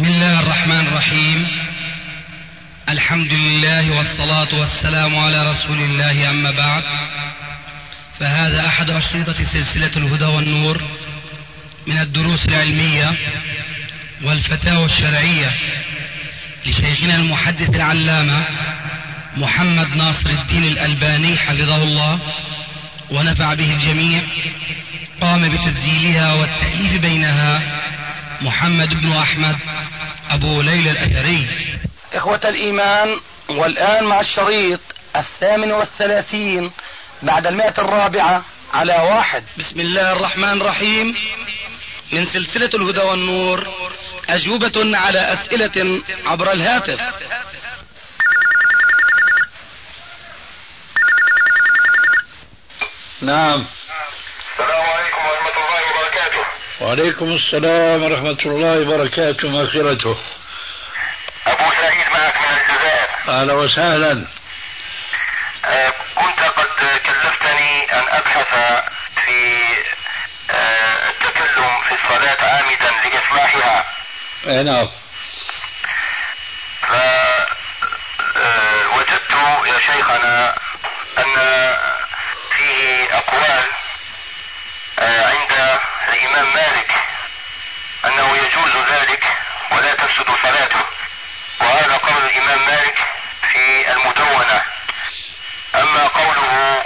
بسم الله الرحمن الرحيم. الحمد لله والصلاة والسلام على رسول الله، أما بعد، فهذا أحد أشرطة سلسلة الهدى والنور من الدروس العلمية والفتاوى الشرعية لشيخنا المحدث العلامة محمد ناصر الدين الألباني حفظه الله ونفع به الجميع. قام بتسجيلها والتأليف بينها محمد بن أحمد أبو ليلى الأثري. إخوة الإيمان، والآن مع الشريط 38 بعد 100 على 1. بسم الله الرحمن الرحيم. من سلسلة الهدى والنور، أجوبة على أسئلة عبر الهاتف. نعم. السلام عليكم ورحمة الله وبركاته. وعليكم السلام ورحمة الله وبركاته. مغفرته. أبو سعيد معك من الجزائر. أهلا وسهلا. كنت قد كلفتني أن أبحث في التكلم في الصلاة عامدا لإصلاحها. نعم. فوجدت يا شيخنا أن فيه أقوال عند الإمام مالك أنه يجوز ذلك ولا تفسد صلاته، وهذا قول الإمام مالك في المدونة. أما قوله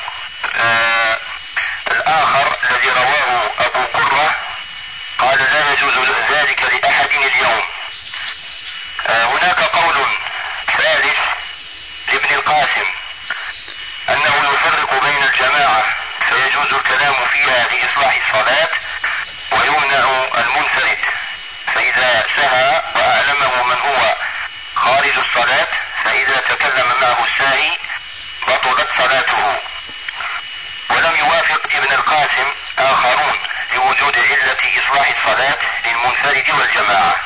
الآخر الذي رواه أبو قرة قال لا يجوز ذلك لأحد اليوم. هناك قول ثالث لابن القاسم أنه يفرق بين الجماعة فيجوز الكلام فيها لإصلاح الصلاة، ويمنع المنفرد، فإذا سهى وأعلمه من هو خارج الصلاة فإذا تكلم معه الساهي بطلت صلاته. ولم يوافق ابن القاسم آخرون لوجود علة إصلاح الصلاة للمنفرد والجماعة.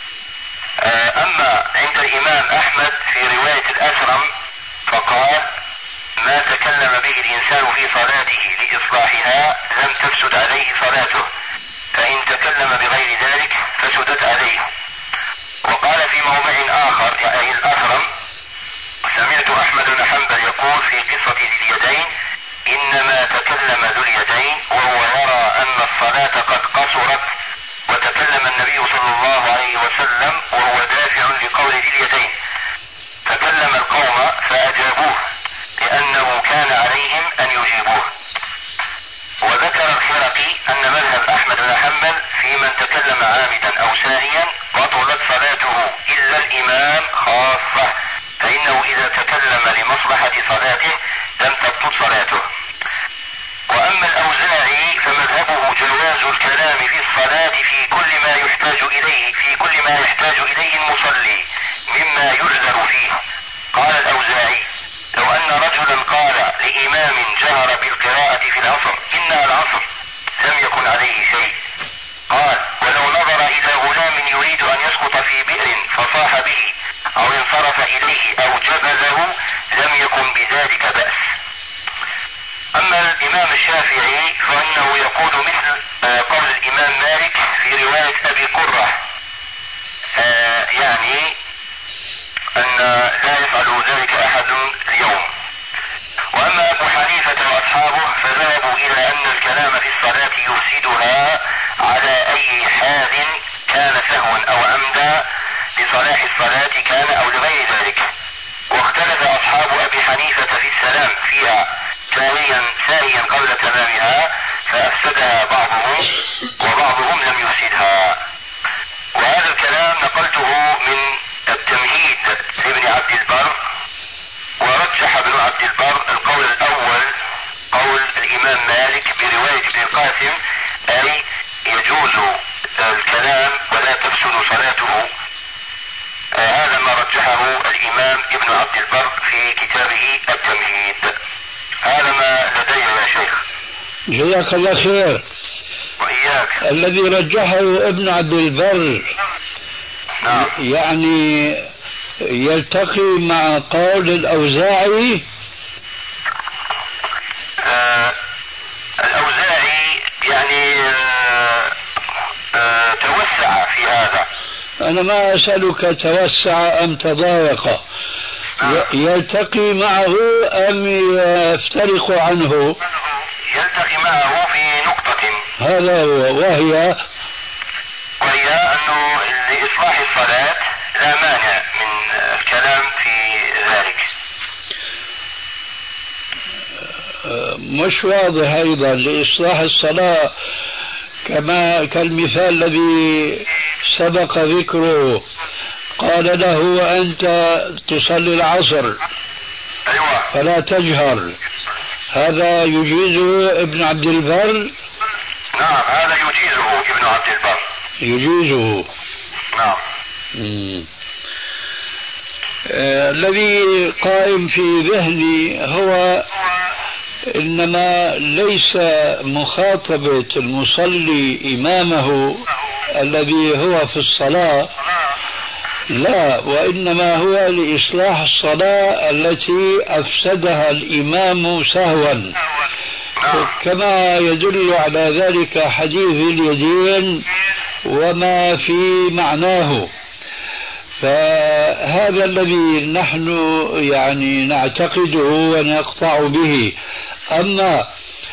أما عند الإمام أحمد في رواية الأسرم فقال ما تكلم به الإنسان في صلاته لإصلاحها لم تفسد عليه صلاته، فإن تكلم بغير ذلك فسدت عليه. وقال في موضع آخر أي الأسرم سمعت أحمد بن حنبل يقول في قصة ذي اليدين إنما تكلم ذو اليدين وهو يرى أن الصلاة قد قصرت، وتكلم النبي صلى الله عليه وسلم وهو دافع لقول ذي اليدين، فكلم القوم فأجابوه لأنه كان عليهم أن يجيبوه. وذكر الخرقي أن مذهب أحمد بن حنبل في من تكلم عامدا أو ساهيا بطلت صلاته إلا الإمام خاصة، فإنه إذا تكلم لمصلحة صلاته لم تبطل صلاته. وأما الأوزاعي فمذهبه جواز الكلام في الصلاة في كل ما يحتاج إليه المصلي مما يعذر فيه. قال الأوزاعي لو أن رجلا قال لإمام جهر بالقراءة في العصر إنها العصر لم يكن عليه شيء. قال ولو نظر إلى غلام يريد أن يسقط في بئر فصاح به أو انصرف إليه أو جبله لم يكن بذلك بأس. أما الإمام الشافعي فإنه يقول مثل قول الإمام مالك في رواية أبي قرة، يعني أن لا يفعل ذلك أحد اليوم. وأما أبو حنيفة وأصحابه فذهبوا إلى أن الكلام في الصلاة يفسدها على أي حال كان سهوا أو عمدا لصلاح الصلاة كان أو لغير ذلك. واختلف أصحاب أبي حنيفة في السلام فيها ساهيا قبل تمامها فأفسدها بعضهم وبعضهم لم يفسدها. وهذا الكلام نقلته من التمهيد لابن عبد البر، ورجح ابن عبد البر القول الأول قول الإمام مالك برواية ابن القاسم أي يجوز الكلام ولا تفسد صلاته. هذا ما رجحه الإمام ابن عبد البر في كتابه التمهيد. هذا ما لدي يا شيخ. جزاك الله خير. وإياك. الذي رجحه ابن عبد البر نعم. يعني يلتقي مع قول الأوزاعي. الأوزاعي يعني توسع في هذا. أنا ما أسألك توسع أم تضايق، يلتقي معه أم يفترق عنه؟ يلتقي معه في نقطة، هذا هو، وهي أنه لإصلاح الصلاة لا مانع من الكلام في ذلك. مش واضح أيضا لإصلاح الصلاة كالمثال الذي سبق ذكره، قال له أنت تصلي العصر فلا تجهر، هذا يجيزه ابن عبد البر؟ نعم، هذا يجيزه ابن عبد البر، يجيزه. نعم. الذي قائم في ذهني هو إنما ليس مخاطبة المصلي إمامه الذي هو في الصلاة، لا، وإنما هو لإصلاح الصلاة التي أفسدها الإمام سهوا، كما يدل على ذلك حديث اليدين وما في معناه. فهذا الذي نحن يعني نعتقده ونقطع به. أما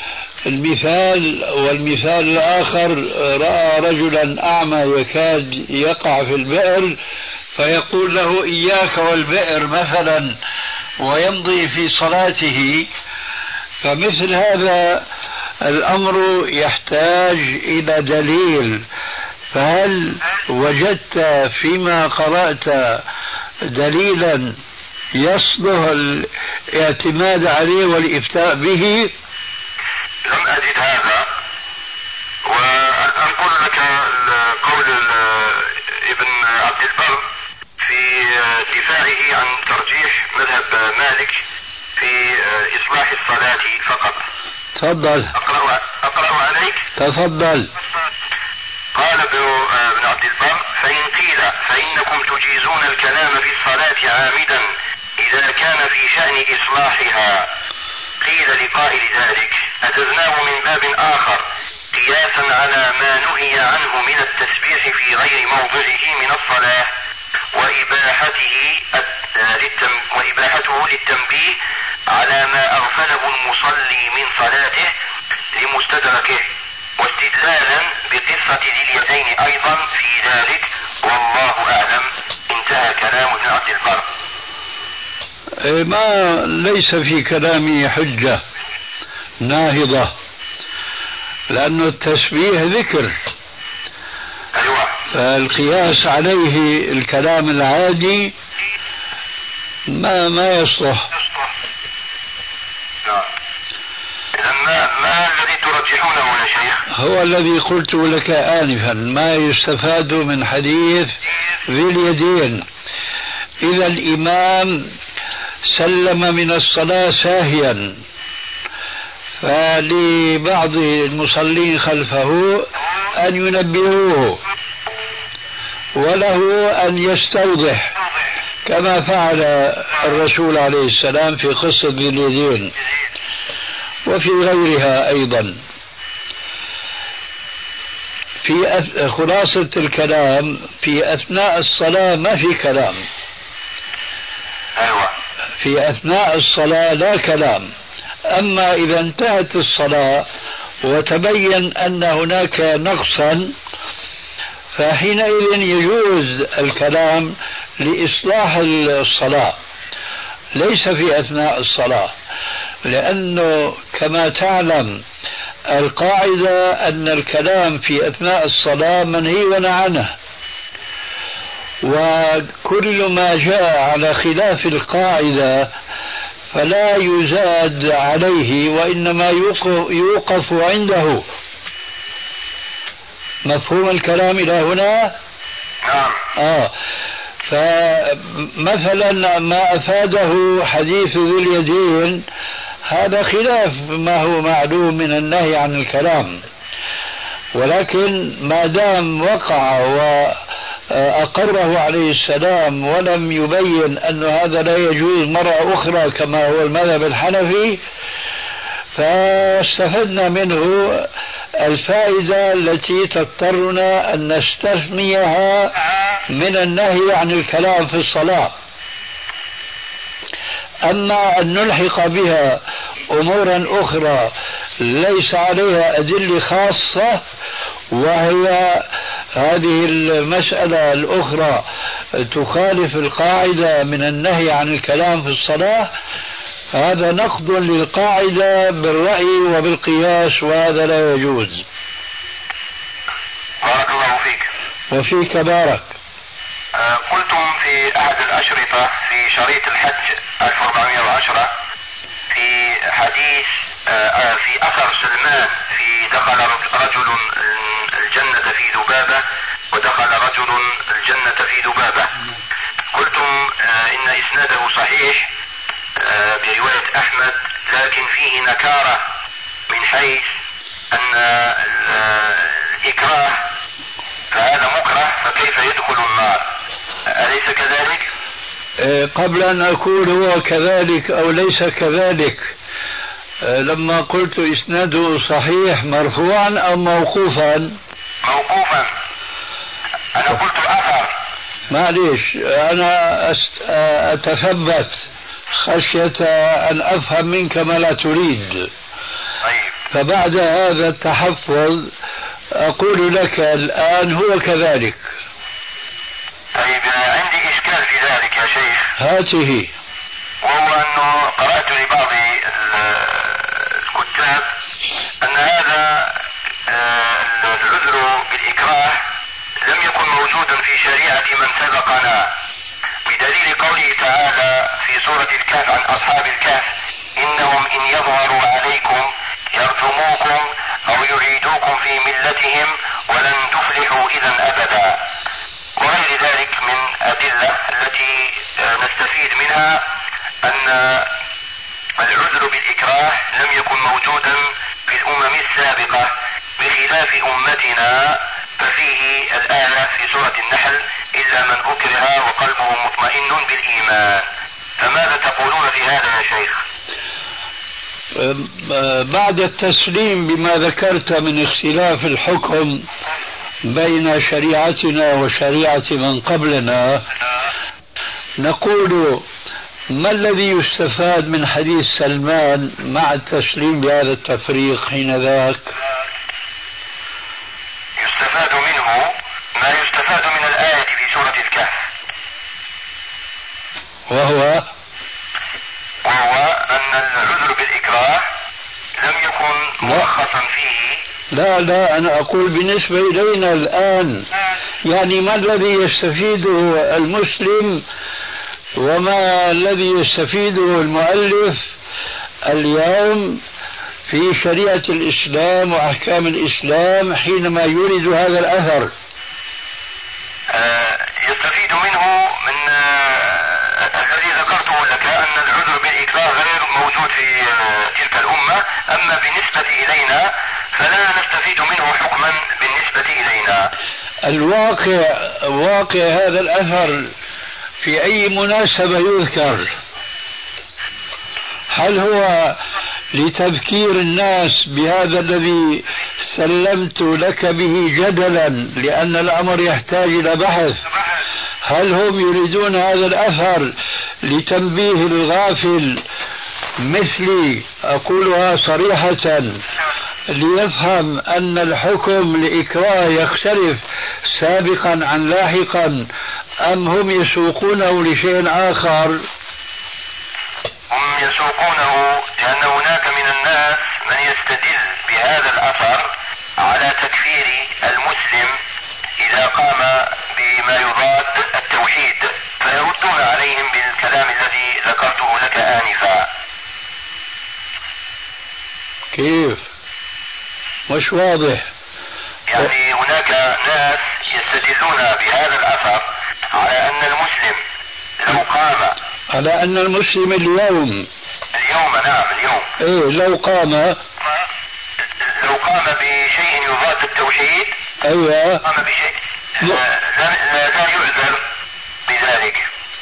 والمثال الآخر، رأى رجلا أعمى يكاد يقع في البئر فيقول له إياك والبئر مثلا ويمضي في صلاته، فمثل هذا الأمر يحتاج إلى دليل. فهل وجدت فيما قرأت دليلا يصلح الاعتماد عليه والإفتاء به؟ لم أجد هذا، وأقول لك قول ابن عبد البر في دفاعه عن ترجيح مذهب مالك في إصلاح الصلاة فقط. تفضل. أقرأ عليك. تفضل. قال ابن عبد البر: فإن قيل فإنكم تجيزون الكلام في الصلاة عامدا إذا كان في شأن إصلاحها، قيل لقائل ذلك: أجزناه من باب آخر قياسا على ما نهي عنه من التسبيح في غير موضعه من الصلاة، وإباحته للتنبيه على ما أغفله المصلي من صلاته لمستدركه، واستدلالا بقصة ذي اليدين أيضا في ذلك، والله أعلم. انتهى كلام ابن عبد البر. ما ليس في كلامي حجة ناهضة، لأن التسبيح ذكر، فالقياس عليه الكلام العادي ما يصلح. ما الذي ترجحونه يا شيخ؟ هو الذي قلت لك آنفا، ما يستفاد من حديث ذي اليدين. إذا الإمام سلم من الصلاة ساهيا، فلبعض المصلين خلفه أن ينبهوه، وله أن يستوضح كما فعل الرسول عليه السلام في قصة ذي اليدين وفي غيرها أيضا. في خلاصة الكلام، في أثناء الصلاة ما في كلام، في أثناء الصلاة لا كلام. أما إذا انتهت الصلاة وتبين أن هناك نقصا، فحينئذ يجوز الكلام لإصلاح الصلاة، ليس في أثناء الصلاة، لأنه كما تعلم القاعدة أن الكلام في أثناء الصلاة منهي عنه، وكل ما جاء على خلاف القاعدة فلا يزاد عليه وإنما يوقف عنده. مفهوم الكلام إلى هنا؟ فمثلا ما أفاده حديث ذي اليدين هذا خلاف ما هو معلوم من النهي عن الكلام، ولكن ما دام وقع وأقره عليه السلام ولم يبين أن هذا لا يجوز مرة أخرى كما هو المذهب الحنفي، فاستفدنا منه الفائدة التي تضطرنا أن نستثنيها من النهي عن الكلام في الصلاة. أما أن نلحق بها أمورا أخرى ليس عليها أدلة خاصة، وهي هذه المسألة الأخرى تخالف القاعدة من النهي عن الكلام في الصلاة، هذا نقض للقاعدة بالرأي وبالقياس، وهذا لا يجوز. بارك الله فيك. وفيك بارك. قلتم في أحد الأشرطة في شريط الحج 1410 في حديث في أثر سلمان في دخل رجل الجنة في ذبابة ودخل رجل الجنة في ذبابة، قلتم إن إسناده صحيح برواية أحمد، لكن فيه نكارة من حيث أن الإكراه فهذا مكره، فكيف يدخل النار؟ أليس كذلك؟ قبل أن أقول هو كذلك أو ليس كذلك، لما قلت إسناده صحيح مرفوعا أو موقوفا؟ موقوفا. أنا قلت أثر. معليش، أنا أتثبت خشية أن أفهم منك ما لا تريد. طيب. فبعد هذا التحفظ أقول لك الآن هو كذلك. طيب، عندي إشكال في ذلك يا شيخ. هاته. وهو أنه قرأت لبعض الكتاب أن هذا العذر بالإكراه لم يكن موجودا في شريعة من سبقنا، بدليل قوله تعالى في سورة الكهف عن أصحاب الكهف: إنهم إن يظهروا عليكم يرجموكم أو يعيدوكم في ملتهم ولن تفلحوا إذا أبدا، وغير ذلك من أدلة التي نستفيد منها أن العذر بالإكراه لم يكن موجودا في الأمم السابقة بخلاف أمتنا، ففيه الآية في سورة النحل: إلا من أكره وقلبه مطمئن بالإيمان. فماذا تقولون في هذا يا شيخ؟ بعد التسليم بما ذكرت من اختلاف الحكم بين شريعتنا وشريعة من قبلنا، نقول ما الذي يستفاد من حديث سلمان مع التسليم بهذا التفريق حين ذاك؟ يستفاد منه ما يستفاد من الآية في سورة الكهف، وهو أن العذر بالإكراه لم يكن مرخصا فيه. لا أنا أقول بالنسبة إلينا الآن، يعني ما الذي يستفيده المسلم وما الذي يستفيده المؤلف اليوم في شريعة الإسلام وأحكام الإسلام حينما يورد هذا الأثر؟ يستفيد منه من الذي ذكرته لك، أن العذر بالإكراه غير موجود في تلك الأمة، أما بالنسبة إلينا فلا نستفيد منه حكما بالنسبة إلينا. واقع هذا الأثر في أي مناسبة يذكر؟ هل هو لتذكير الناس بهذا الذي سلمت لك به جدلا لأن الأمر يحتاج إلى بحث؟ هل هم يريدون هذا الأثر لتنبيه الغافل مثلي، أقولها صريحة، ليفهم أن الحكم لإكراه يختلف سابقا عن لاحقا، أم هم يسوقونه لشيء آخر؟ هم يسوقونه لأن هناك من الناس من يستدل بهذا الأثر على تكفير المسلم إذا قام بما يضاد التوحيد، فيردون عليهم بالكلام الذي ذكرته لك آنفا. كيف؟ مش واضح. يعني هناك ناس يستدلون بهذا الأثر على أن المسلم لو قام، على أن المسلم اليوم نعم اليوم، إيه لو قام بشيء يضاد التوحيد، أيوة، قام بشيء لا يعذر بذلك.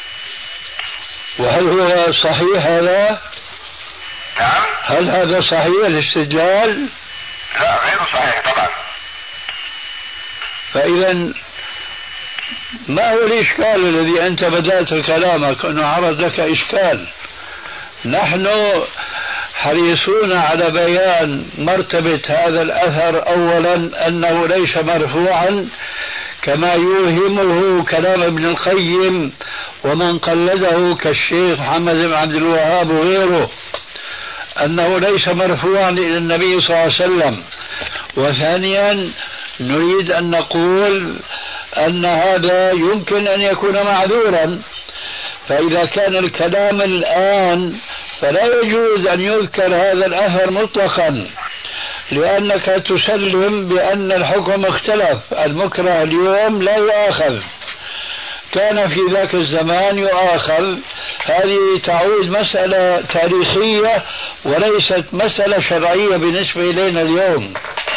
وهل هو صحيح هذا؟ نعم. هل هذا صحيح الاستدلال؟ لا، غير صحيح طبعا. فإذا ما هو الإشكال الذي أنت بدأت كلامك أنه عرض لك إشكال؟ نحن حريصون على بيان مرتبة هذا الأثر. أولا أنه ليس مرفوعا كما يوهمه كلام ابن القيم ومن قلده كالشيخ محمد بن عبد الوهاب وغيره، أنه ليس مرفوعا إلى النبي صلى الله عليه وسلم. وثانيا نريد أن نقول أن هذا يمكن أن يكون معذورا، فإذا كان الكلام الآن فلا يجوز أن يذكر هذا الأثر مطلقا، لأنك تسلم بأن الحكم اختلف. المكره اليوم لا يؤاخذ، كان في ذاك الزمان يؤاخذ. هذه تعود مسألة تاريخية وليست مسألة شرعية بالنسبة إلينا اليوم.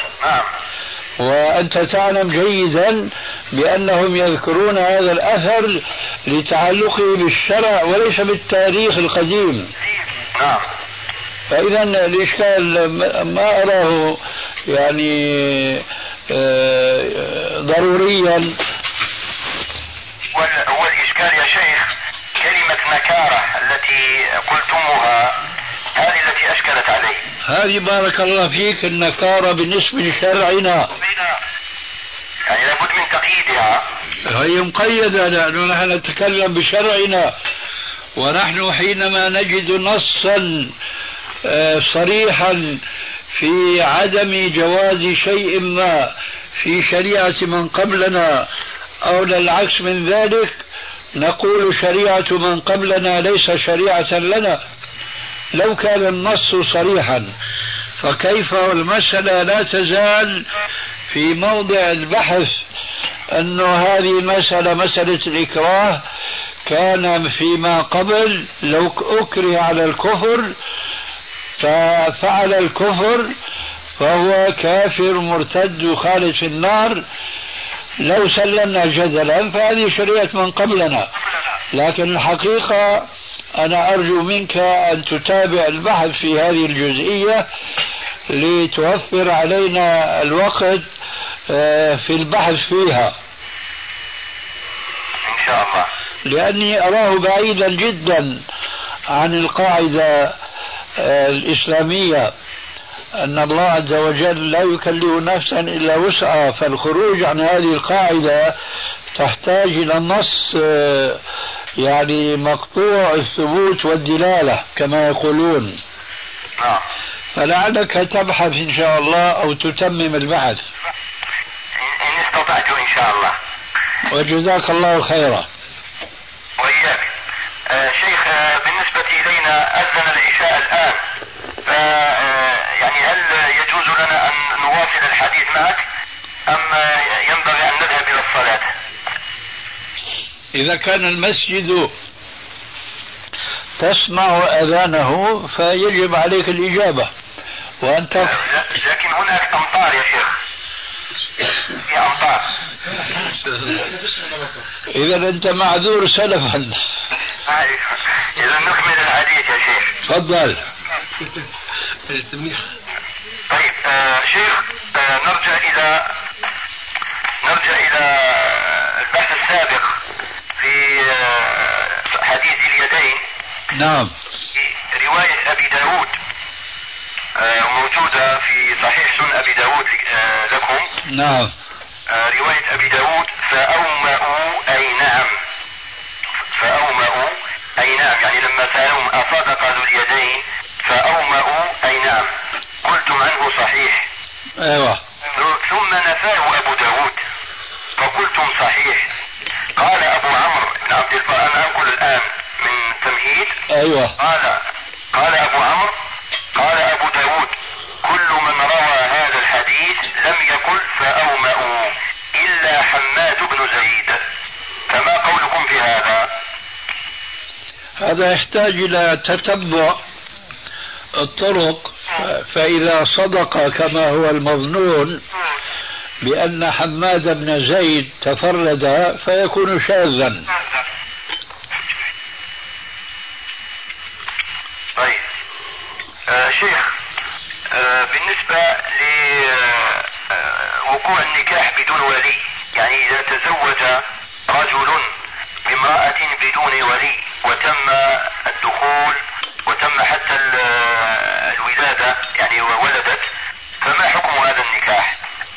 وأنت تعلم جيدا بأنهم يذكرون هذا الأثر لتعلقه بالشرع وليس بالتاريخ القديم. فإذا الإشكال ما أراه يعني ضروريا. هو الإشكال يا شيخ كلمة نكارة التي قلتموها هذه التي أشكلت عليه. هذه بارك الله فيك النكارة بالنسبة لشرعنا، يعني لابد من تقييدها. هي مقيدة لأنه نحن نتكلم بشرعنا، ونحن حينما نجد نصا صريحا في عدم جواز شيء ما في شريعة من قبلنا أو للعكس من ذلك نقول شريعة من قبلنا ليس شريعة لنا. لو كان النص صريحا فكيف المسألة لا تزال في موضع البحث أن هذه المسألة مسألة الإكراه كان فيما قبل لو أكره على الكفر ففعل الكفر فهو كافر مرتد وخالد في النار. لو سلمنا جدلا فهذه شريعة من قبلنا، لكن الحقيقة أنا أرجو منك أن تتابع البحث في هذه الجزئية لتوفر علينا الوقت في البحث فيها إن شاء الله، لأني أراه بعيدا جدا عن القاعدة الإسلامية أن الله عز وجل لا يكلف نفسا إلا وسعها. فالخروج عن هذه القاعدة تحتاج إلى نص يعني مقطوع الثبوت والدلالة كما يقولون. فلعلك تبحث إن شاء الله أو تتمم البحث إن استطعت إن شاء الله. وجزاك الله خيرا. وإياك. شيخ بالنسبة إلينا أذن العشاء الآن، يعني هل يجوز لنا أن نواصل الحديث معك أم ينبغي أن نذهب إلى الصلاة؟ إذا كان المسجد تسمع أذانه فيجب عليك الإجابة وأنت لكن هناك أمطار يا شيخ، في أمطار. إذا أنت معذور سلفا. إذا نكمل الحديث يا شيخ. تفضل. طيب شيخ نرجع إلى البحث السابق في حديث اليدين. نعم. رواية أبي داود موجودة في صحيح سنن أبي داود لكم. نعم. رواية أبي داود فأومأوا أي نعم، فأومأوا أي نعم، يعني لما سألهم أصدق ذو اليدين فأومأوا أي نعم، قلتم عنه صحيح. أيوة. ثم نفاه أبو داود فقلتم صحيح. قال أبو عمرو بن عبد البر، أنا أنقل الآن من تمهيد. أيوة. قال أبو عمرو قال أبو داود كل من روى هذا الحديث لم يقل فأومأوا إلا حماد بن زيد، فما قولكم في هذا؟ هذا يحتاج إلى تتبع الطرق، فإذا صدق كما هو المظنون بأن حماد بن زيد تفرد فيكون شاذا. طيب شيخ بالنسبة لوقوع النكاح بدون ولي، يعني إذا تزوج رجل بامرأة بدون ولي وتم الدخول وتم حتى الولادة يعني وولدت، فما حكم هذا النكاح؟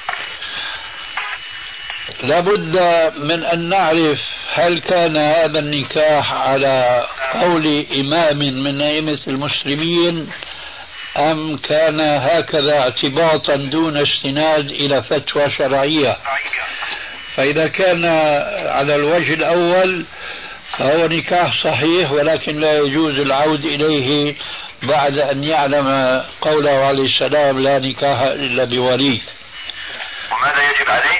لابد من أن نعرف هل كان هذا النكاح على قول إمام من أئمة المسلمين أم كان هكذا اعتباطا دون استناد إلى فتوى شرعية. فإذا كان على الوجه الأول فهو نكاح صحيح، ولكن لا يجوز العود إليه بعد أن يعلم قوله عليه السلام لا نكاح إلا بولي. وماذا يجب عليه؟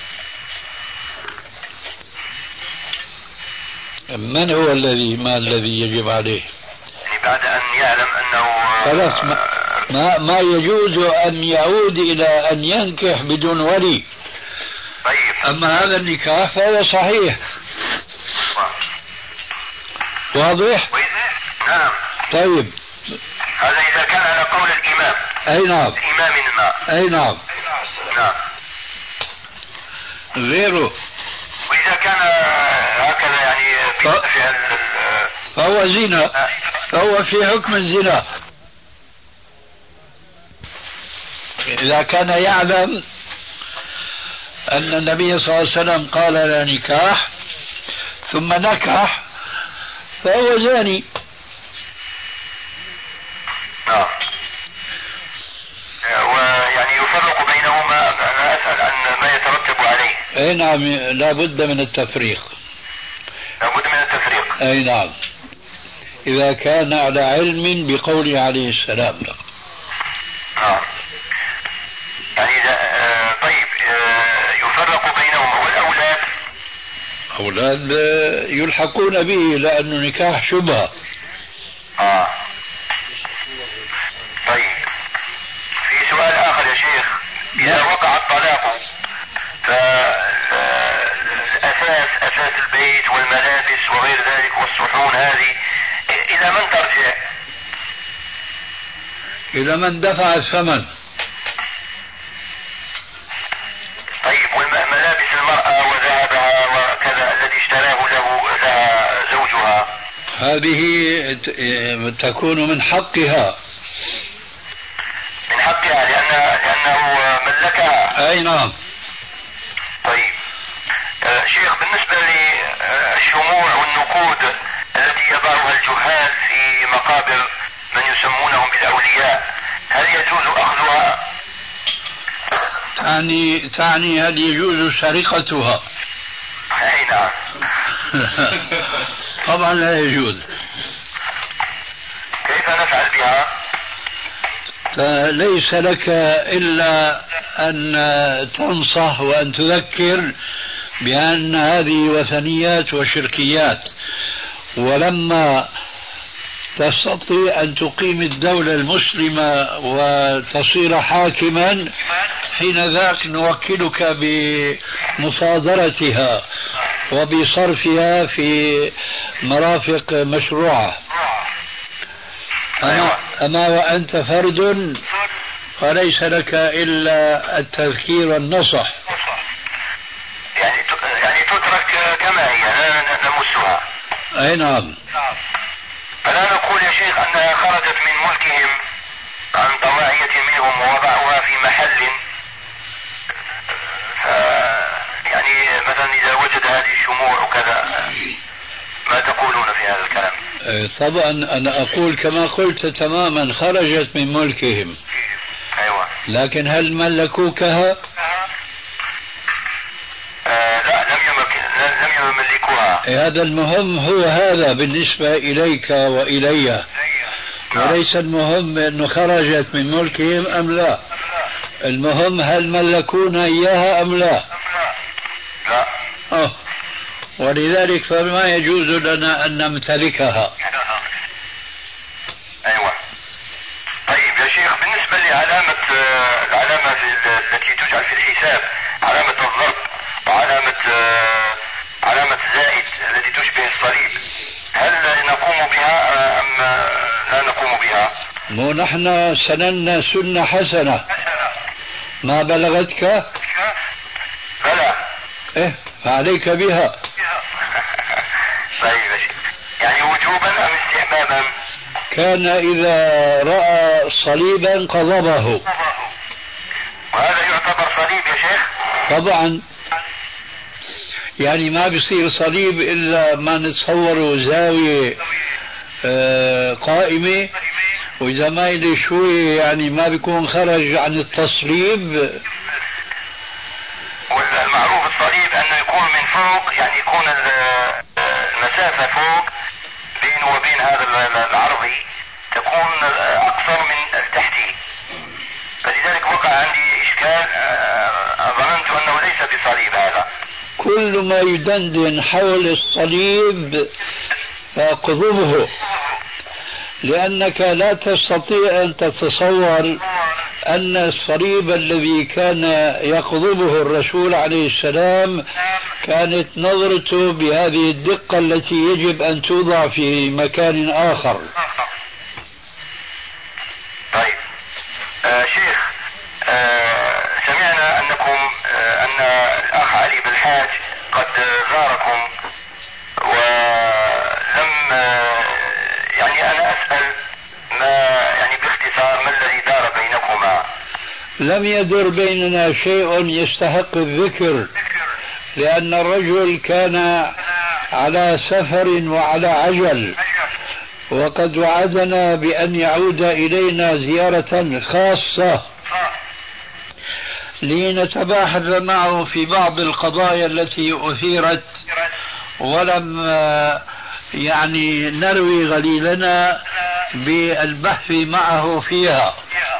من هو الذي يجب عليه؟ يعني بعد أن يعلم أنه خلاص ما يجوز أن يعود إلى أن ينكح بدون ولي. طيب. أما هذا النكاح فهو صحيح. واضح؟ نعم. طيب. هذا إذا كان على قول الإمام. أي نعم. الإمام ما. أي نعم. نعم. غيره. وإذا كان هكذا يعني فهو زنا، فهو في حكم الزنا. إذا كان يعلم أن النبي صلى الله عليه وسلم قال لا نكاح ثم نكح فهو زاني. نعم. ويعني يفرق بينهما. أنا أسأل عن ما يترتب عليه. أي نعم، لا بد من التفريق. لابد من التفريق. أي نعم، إذا كان على علم بقول عليه السلام. نعم. يعني طيب يفرق بينهم. والأولاد أولاد يلحقون به لأنه نكاح شبهة. طيب. في سؤال آخر يا شيخ. إذا وقع الطلاق أساس البيت والملابس وغير ذلك والصحون هذه إلى من ترجع؟ إلى من دفع الثمن. طيب. والملابس المرأة وذهبها وكذا الذي اشتراه لها زوجها هذه تكون من حقها. من حقها لأنه ملكها. أي نعم. طيب. شيخ، بالنسبة للشموع والنقود التي يضعها الجهال في مقابر من يسمونهم بالأولياء، هل يجوز أخذها؟ تعني هل يجوز سرقتها؟ أي نعم. طبعا لا يجوز. كيف نفعل بها؟ فليس لك إلا أن تنصح وأن تذكر بأن هذه وثنيات وشركيات، ولما تستطيع أن تقيم الدولة المسلمة وتصير حاكما حين ذاك نوكلك بمصادرتها وبصرفها في مرافق مشروعة. أما وأنت فرد فليس لك إلا التذكير والنصح. يعني تترك كما هي، لا نمسها. أي نعم. فلا نقول يا شيخ أنها خرجت من ملكهم عن طواعية منهم ووضعوها في محل، يعني مثلا إذا وجد هذه الشموع وكذا، ما تقولون في هذا الكلام؟ طبعا أنا أقول كما قلت تماما، خرجت من ملكهم. أيوة. لكن هل ملكوكها؟ لا، لم يملكوها. هذا المهم هو هذا بالنسبة إليك وإلي. وليس المهم أنه خرجت من ملكهم أم لا. المهم هل ملكونا إياها أم لا. لا. ولذلك فما يجوز لنا أن نمتلكها. أيوة. طيب يا شيخ، بالنسبة لعلامة التي تجعل في الحساب، علامة الضرب وعلامة زائد التي تشبه الصليب، هل نقوم بها أم لا نقوم بها؟ مو نحن سننا سنة حسنة ما بلغتك؟ بلى. فعليك بها. طيب يا شيخ، يعني وجوبا أم استحبابا؟ كان إذا رأى صليبا قضبه. وهذا يعتبر صليب يا شيخ؟ طبعا، يعني ما بيصير صليب إلا ما نتصوره زاوية قائمة، وإذا ما يدري شوي يعني ما بيكون خرج عن التصليب. والمعروف الصليب أنه يكون من فوق، يعني يكون المسافة فوق بينه وبين هذا العرضي تكون أقصر من التحتي، فلذلك وقع عندي إشكال، ظننت أنه ليس بصليب هذا. كل ما يدندن حول الصليب فاقضبه، لأنك لا تستطيع أن تتصور أن الصليب الذي كان يقضبه الرسول عليه السلام كانت نظرته بهذه الدقة التي يجب أن توضع في مكان آخر. طيب شيخ، سمعنا أنكم أن الأخ علي بالحاج قد زاركم، ولم يعني أنا أسأل ما يعني باختصار ما الذي دار بينكما؟ لم يدر بيننا شيء يستحق الذكر، لأن الرجل كان على سفر وعلى عجل، وقد وعدنا بأن يعود إلينا زيارة خاصة لنتباحث معه في بعض القضايا التي أثيرت ولم يعني نروي غليلنا بالبحث معه فيها.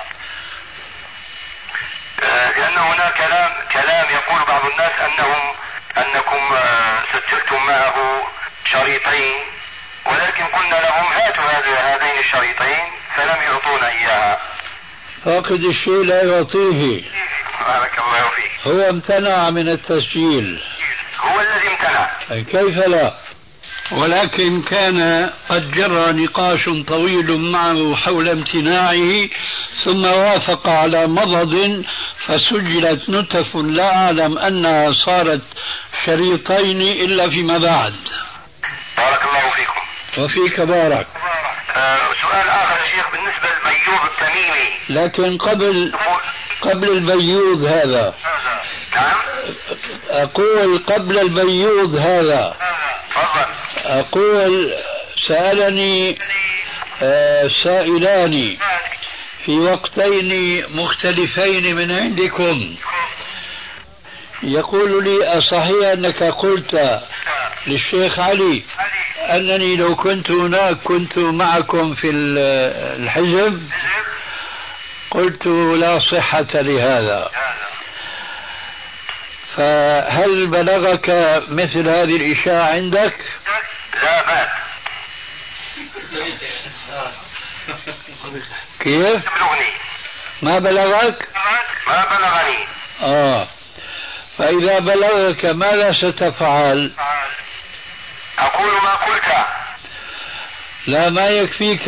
لأن هناك كلام يقول بعض الناس أنكم سجلتم معه شريطين، ولكن قلنا لهم هاتوا هذين الشريطين فلم يعطونا إياها. فاقد الشيء لا يعطيه. بارك الله فيك. هو امتنع من التسجيل. هو الذي امتنع. كيف لا؟ ولكن كان قد جرى نقاش طويل معه حول امتناعه، ثم وافق على مضض فسجلت نتف لا أعلم أنها صارت شريطين إلا فيما بعد. بارك الله فيكم. وفيك بارك. سؤال آخر يا شيخ بالنسبة للبيوض التميمي. لكن قبل البيوض هذا. نعم. أقول قبل البيوض هذا. أقول سألني سائلان في وقتين مختلفين من عندكم، يقول لي أصحيح أنك قلت للشيخ علي أنني لو كنت هناك كنت معكم في الحزب؟ قلت لا صحة لهذا. فهل بلغك مثل هذه الإشاعة عندك؟ لا بأس. كيف؟ ما بلغك؟ ما بلغني. فإذا بلغك ماذا ستفعل؟ أقول ما قلت. لا، ما يكفيك.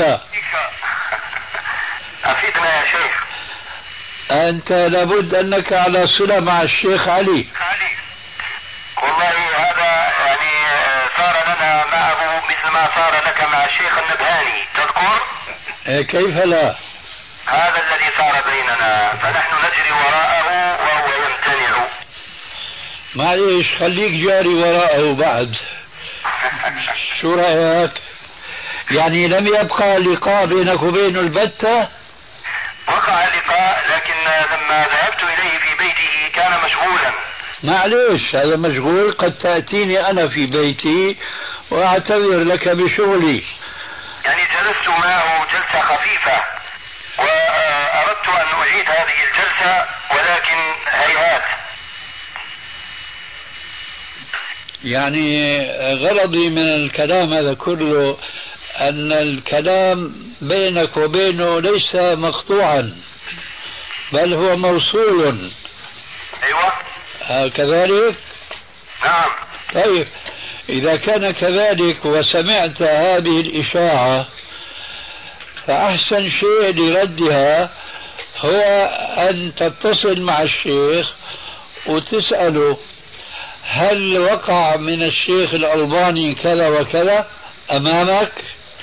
أفيدنا يا شيخ. أنت لابد أنك على صلة مع الشيخ علي. والله هذا يعني صار لنا معه مثل ما صار لك مع الشيخ النبهاني، تذكر؟ كيف لا؟ هذا الذي صار بيننا، فنحن نجري وراءه وهو يمتنع. معليش خليك جاري وراءه بعد. شو رأيك؟ يعني لم يبقى لقاء بينك وبينه البتة؟ وقع اللقاء، لكن لما ذهبت إليه في بيته كان مشغولا. معليش هذا مشغول، قد تأتيني أنا في بيتي وأعتذر لك بشغلي. يعني جلست معه جلسة خفيفة وأردت أن أعيد هذه الجلسة، ولكن هيهات. يعني غرضي من الكلام هذا كله أن الكلام بينك وبينه ليس مقطوعا، بل هو موصول. أيوة. كذلك؟ نعم. طيب إذا كان كذلك وسمعت هذه الإشاعة فأحسن شيء لردها هو أن تتصل مع الشيخ وتسأله هل وقع من الشيخ الألباني كذا وكذا أمامك؟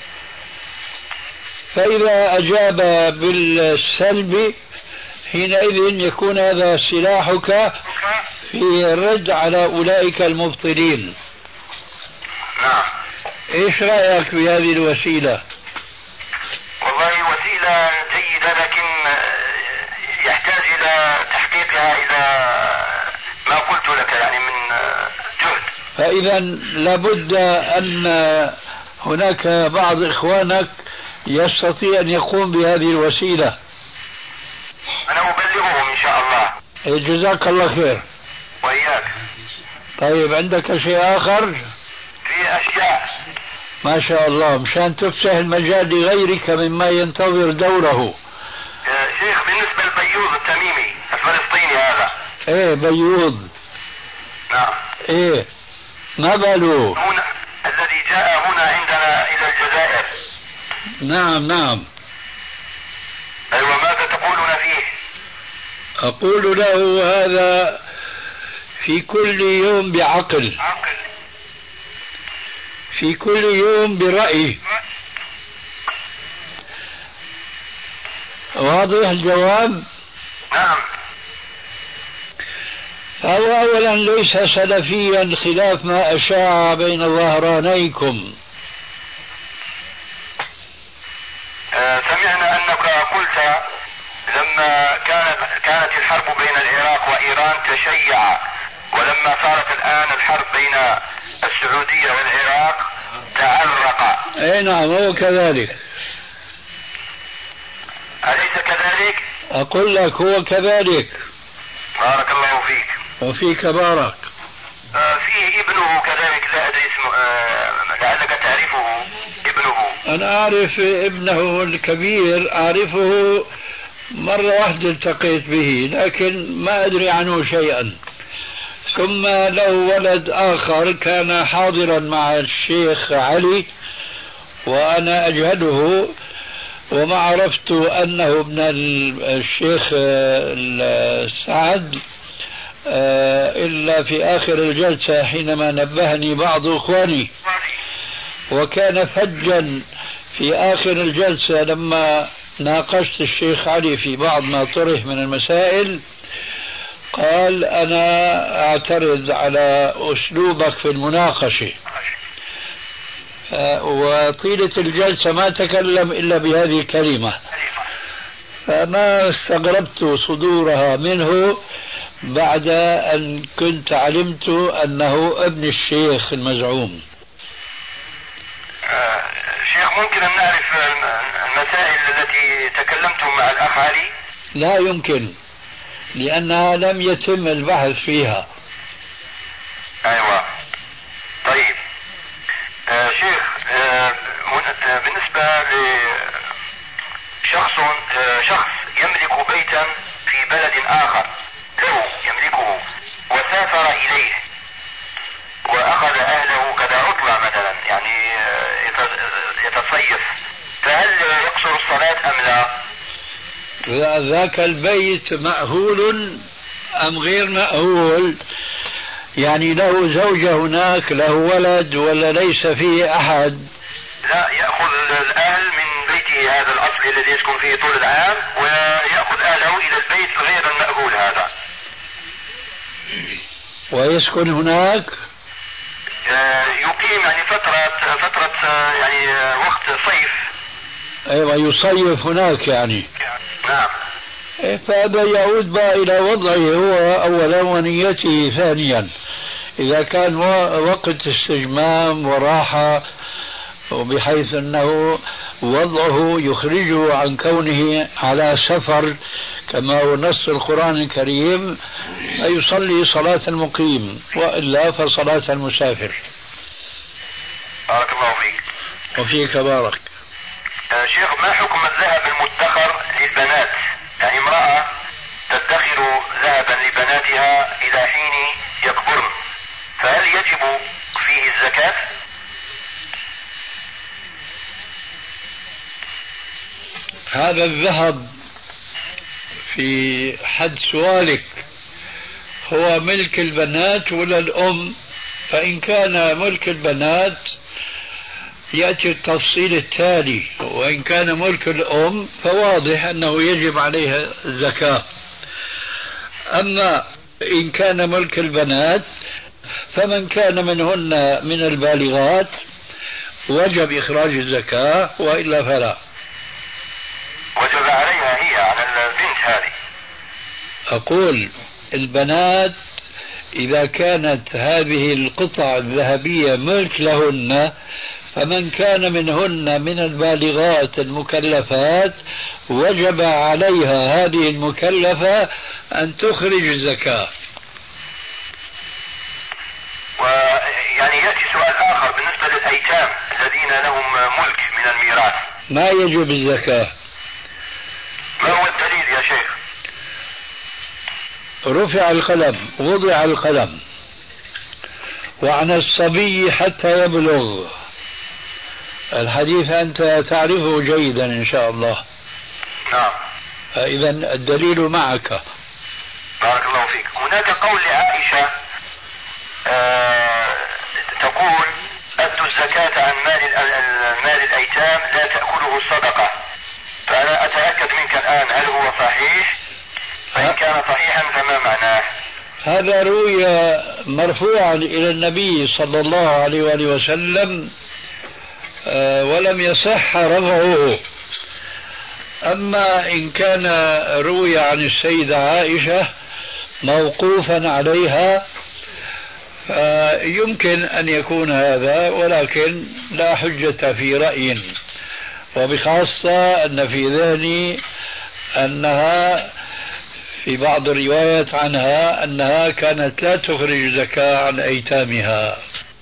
فإذا أجاب بالسلب حينئذ يكون هذا سلاحك في الرد على أولئك المبطلين. نعم. إيش رأيك بهذه الوسيلة؟ والله وسيلة جيدة، لكن يحتاج إلى تحقيقها إلى ما قلت لك يعني من جهد. فإذا لابد أن هناك بعض إخوانك يستطيع أن يقوم بهذه الوسيلة. أنا أبلغهم إن شاء الله. جزاك الله خير. وإياك. طيب عندك شيء آخر؟ في أشياء. ما شاء الله، مشان تفتح المجال لغيرك مما ينتظر دوره. شيخ بالنسبة لبيوض التميمي الفلسطيني هذا. ايه بيوض. نعم. ايه ما باله؟ هنا الذي جاء هنا عندنا إلى الجزائر. نعم نعم. أيوة، ماذا تقولون فيه؟ أقول له هذا في كل يوم بعقل، في كل يوم برأي. واضح الجواب؟ نعم. فهو أولا ليس سلفيا خلاف ما أشاع بين ظهرانيكم. سمعنا أنك قلت لما كانت الحرب بين العراق وإيران تشيع، ولما صارت الآن الحرب بين السعودية والعراق تعرق. اي نعم هو كذلك. أليس كذلك؟ أقول لك هو كذلك. بارك الله فيك. وفيك بارك. فيه ابنه كذلك، لا أدري اسمه، لعلك تعرفه ابنه. أنا أعرف ابنه الكبير، أعرفه مرة واحدة التقيت به، لكن ما أدري عنه شيئا. ثم له ولد آخر كان حاضرا مع الشيخ علي وأنا أجهله، وما عرفت أنه ابن الشيخ سعد إلا في آخر الجلسة حينما نبهني بعض إخواني. وكان فجا في آخر الجلسة لما ناقشت الشيخ علي في بعض ما طرح من المسائل، قال أنا أعترض على أسلوبك في المناقشة. وطيلة الجلسة ما تكلم إلا بهذه الكلمة، فما استغربت صدورها منه بعد أن كنت علمت أنه ابن الشيخ المزعوم. شيخ ممكن أن نعرف المسائل التي تكلمتم مع الأخ علي؟ لا يمكن، لأنها لم يتم البحث فيها. أيوة. طيب شيخ، بالنسبة لشخص يملك بيتا في بلد آخر له يملكه وسافر إليه وأخذ أهله كذا عطلة مثلا، يعني يتصيف، فهل يقصر الصلاة أم لا؟ ذاك البيت مأهول أم غير مأهول؟ يعني له زوجة هناك، له ولد، ولا ليس فيه أحد؟ لا، يأخذ الأهل من بيته هذا الأصلي الذي يسكن فيه طول العام، ويأخذ أهله إلى البيت غير المأهول هذا ويسكن هناك. يقيم يعني فترة يعني وقت صيف. أيوة يصيف هناك يعني. نعم. فهذا يعود بقى إلى وضعه هو أولا ونيته ثانيا. إذا كان وقت استجمام وراحة وبحيث أنه وضعه يخرجه عن كونه على سفر كما هو نص القرآن الكريم، فيصلي صلاة المقيم، وإلا فصلاة المسافر. بارك الله فيك. وفيك بارك. شيخ، ما حكم الذهب المدخر للبنات؟ يعني امرأة تدخر ذهبا لبناتها إلى حين يكبرن، فهل يجب فيه الزكاة؟ هذا الذهب في حد سؤالك هو ملك البنات ولا الأم؟ فإن كان ملك البنات يأتي التفصيل التالي، وإن كان ملك الأم فواضح أنه يجب عليها الزكاة. أما إن كان ملك البنات فمن كان منهن من البالغات وجب إخراج الزكاة، وإلا فلا. وجب عليها هي على البنت هذه. أقول البنات إذا كانت هذه القطع الذهبية ملك لهن، فمن كان منهن من البالغات المكلفات وجب عليها هذه المكلفة أن تخرج الزكاة. ويعني يأتي سؤال آخر بالنسبة للأيتام الذين لهم ملك من الميراث، ما يجب الزكاة؟ ما هو الدليل يا شيخ؟ رفع القلم، وضع القلم، وعن الصبي حتى يبلغ. الحديث أنت تعرفه جيدا إن شاء الله. نعم. إذا الدليل معك. بارك الله فيك. هناك قول لعائشة تقول أدوا الزكاة عن مال الأيتام لا تأكله الصدقة، فأنا أتأكد منك الآن هل هو صحيح؟ فإن كان صحيحا فما معناه؟ هذا روي مرفوعا إلى النبي صلى الله عليه وآله وسلم ولم يصح رفعه. أما إن كان روي عن السيدة عائشة موقوفا عليها يمكن أن يكون هذا، ولكن لا حجة في رأي، وبخاصة أن في ذهني أنها في بعض الروايات عنها أنها كانت لا تخرج زكاة عن أيتامها.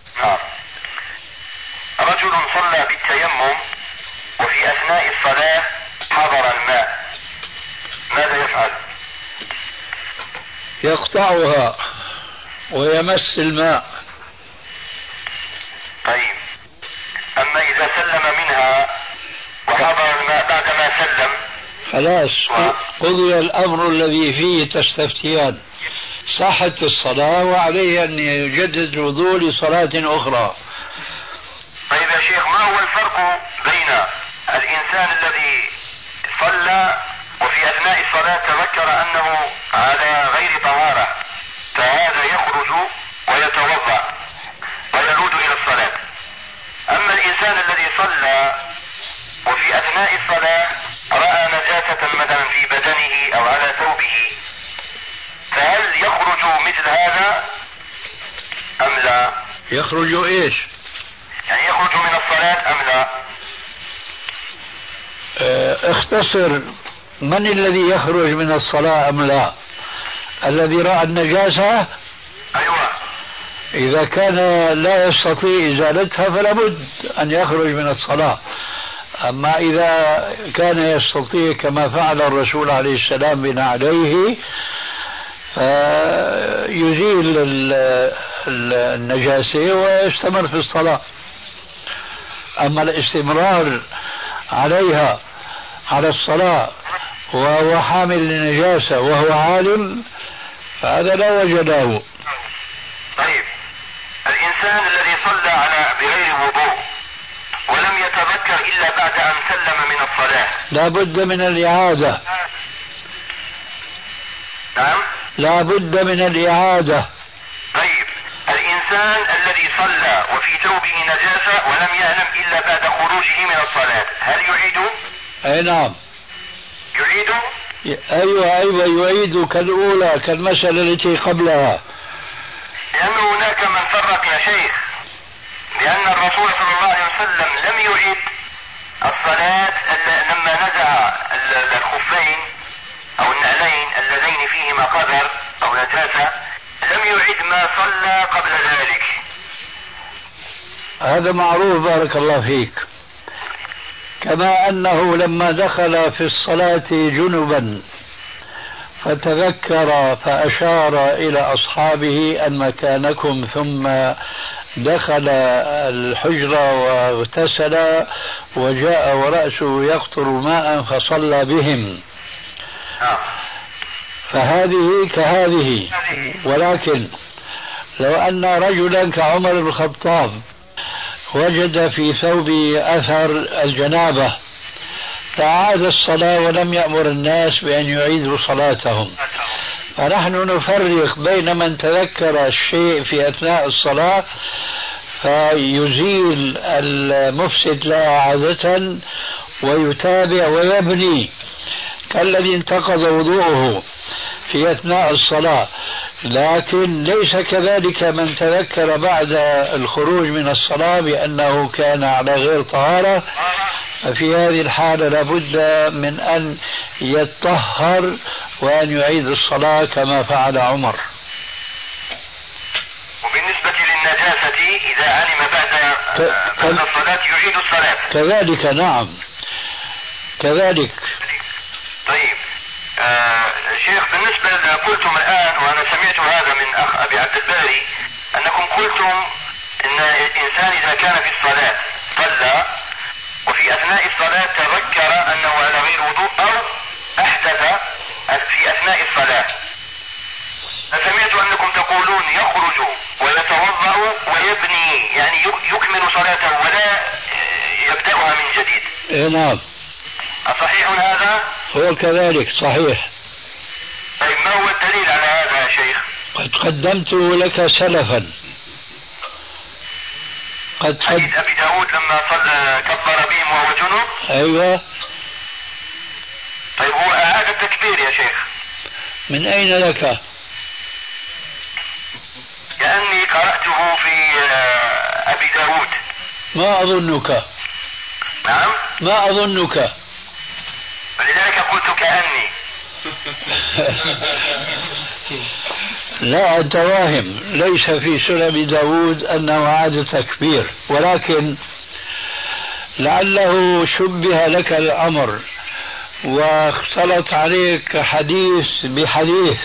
رجل صلى بالتيمم وفي أثناء الصلاة حضر الماء، ماذا يفعل؟ يقطعها ويمس الماء. طيب، أما إذا سلم منها وحضر الماء بعدما سلم خلاص قضي الأمر الذي فيه تستفتيان، صحت الصلاة وعليه أن يجدد الوضوء لصلاة أخرى. طيب يا شيخ، ما هو الفرق بين الإنسان الذي صلى وفي أثناء الصلاة تذكر أنه على غير طهارة، فهذا يخرج ويتوضأ ويعود إلى الصلاة، أما الإنسان الذي صلى وفي أثناء الصلاة رأى نجاسة مثلا في بدنه أو على ثوبه، فهل يخرج مثل هذا أم لا؟ يخرج إيش؟ يعني يخرج من الصلاة أم لا؟ اختصر، من الذي يخرج من الصلاة أم لا؟ الذي رأى النجاسة؟ أيوة. إذا كان لا يستطيع إزالتها فلا بد أن يخرج من الصلاة. أما إذا كان يستطيع كما فعل الرسول عليه السلام بنعليه يزيل النجاسة ويستمر في الصلاة. أما الاستمرار عليها على الصلاة وهو حامل للنجاسة وهو عالم فهذا لا وجه له. طيب، الإنسان الذي صلى بغير وضوء ولم يتذكر إلا بعد أن سلم من الصلاة لا بد من الإعادة. نعم، لا بد من الإعادة. طيب، الإنسان الذي صلى وفي ثوبه نجاسة ولم يعلم إلا بعد خروجه من الصلاة هل يعيده؟ أي نعم يعيده؟ أيوة يعيد كالأولى كالمسألة التي قبلها، لأن هناك من فرق يا شيخ، لأن الرسول صلى الله عليه وسلم لم يعيد الصلاة لما نزع الخفين أو النعلين اللذين فيهما قدر أو نجاسة، لم يعيد ما صلى قبل ذلك. هذا معروف بارك الله فيك. كما أنه لما دخل في الصلاة جنبا فتذكر فأشار إلى أصحابه أن مكانكم، ثم دخل الحجرة واغتسل وجاء ورأسه يقطر ماء فصلى بهم. فهذه كهذه. ولكن لو أن رجلا كعمر بن الخطاب وجد في ثوب أثر الجنابة فأعاد الصلاة ولم يأمر الناس بأن يعيدوا صلاتهم، فنحن نفرق بين من تذكر الشيء في أثناء الصلاة فيزيل المفسد لا عادة ويتابع ويبني كالذي انتقض وضوءه في أثناء الصلاة، لكن ليس كذلك من تذكر بعد الخروج من الصلاة بأنه كان على غير طهارة، ففي هذه الحالة لابد من أن يتطهر وأن يعيد الصلاة كما فعل عمر. وبالنسبة للنجاسة إذا علم بعد الصلاة يعيد الصلاة كذلك. نعم كذلك. طيب شيخ، بالنسبة قلتم الآن وأنا سمعت هذا من أخ أبي عبد الباري أنكم قلتم أن الإنسان إذا كان في الصلاة صلى وفي أثناء الصلاة تذكر أنه على غير وضوء أو أحدث في أثناء الصلاة، فسمعت أنكم تقولون يخرج ويتوضأ ويبني، يعني يكمل صلاته ولا يبدأها من جديد. نعم. أصحيح هذا؟ هو كذلك صحيح. طيب ما هو الدليل على هذا يا شيخ؟ قد قدمت لك سلفا. حديث أبي داود لما صلى كبر بهم وهو جنوب. أيوة. طيب هو أعاد التكبير يا شيخ؟ من أين لك؟ لأني قرأته في أبي داود. ما أظنك. نعم. ما أظنك. ولذلك قلت كأني. لا أنت واهم، ليس في سنن داود أنه عاد تكبير، ولكن لعله شبه لك الأمر واختلط عليك حديث بحديث.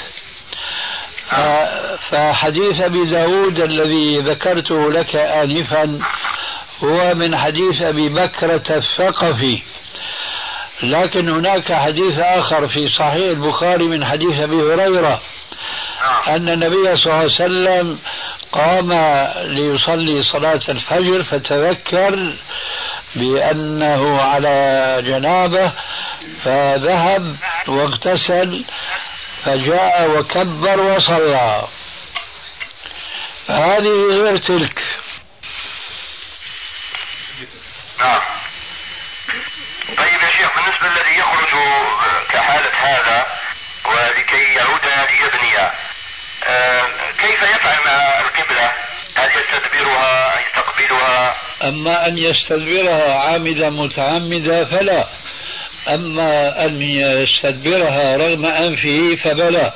فحديث أبي داود الذي ذكرته لك آنفا هو من حديث أبي بكرة الثقفي، لكن هناك حديث آخر في صحيح البخاري من حديث أبي هريرة أن النبي صلى الله عليه وسلم قام ليصلي صلاة الفجر فتذكر بأنه على جنابه فذهب واغتسل فجاء وكبر وصلى، فهذه غير تلك. نعم. طيب يا شيخ، بالنسبة الذي يخرج كحالة هذا ولكي يعود ليبني كيف يفعل مع القبلة؟ هل يستدبرها يستقبلها؟ أما أن يستدبرها عامدا متعمدا فلا، أما أن يستدبرها رغم أنفه فبلا.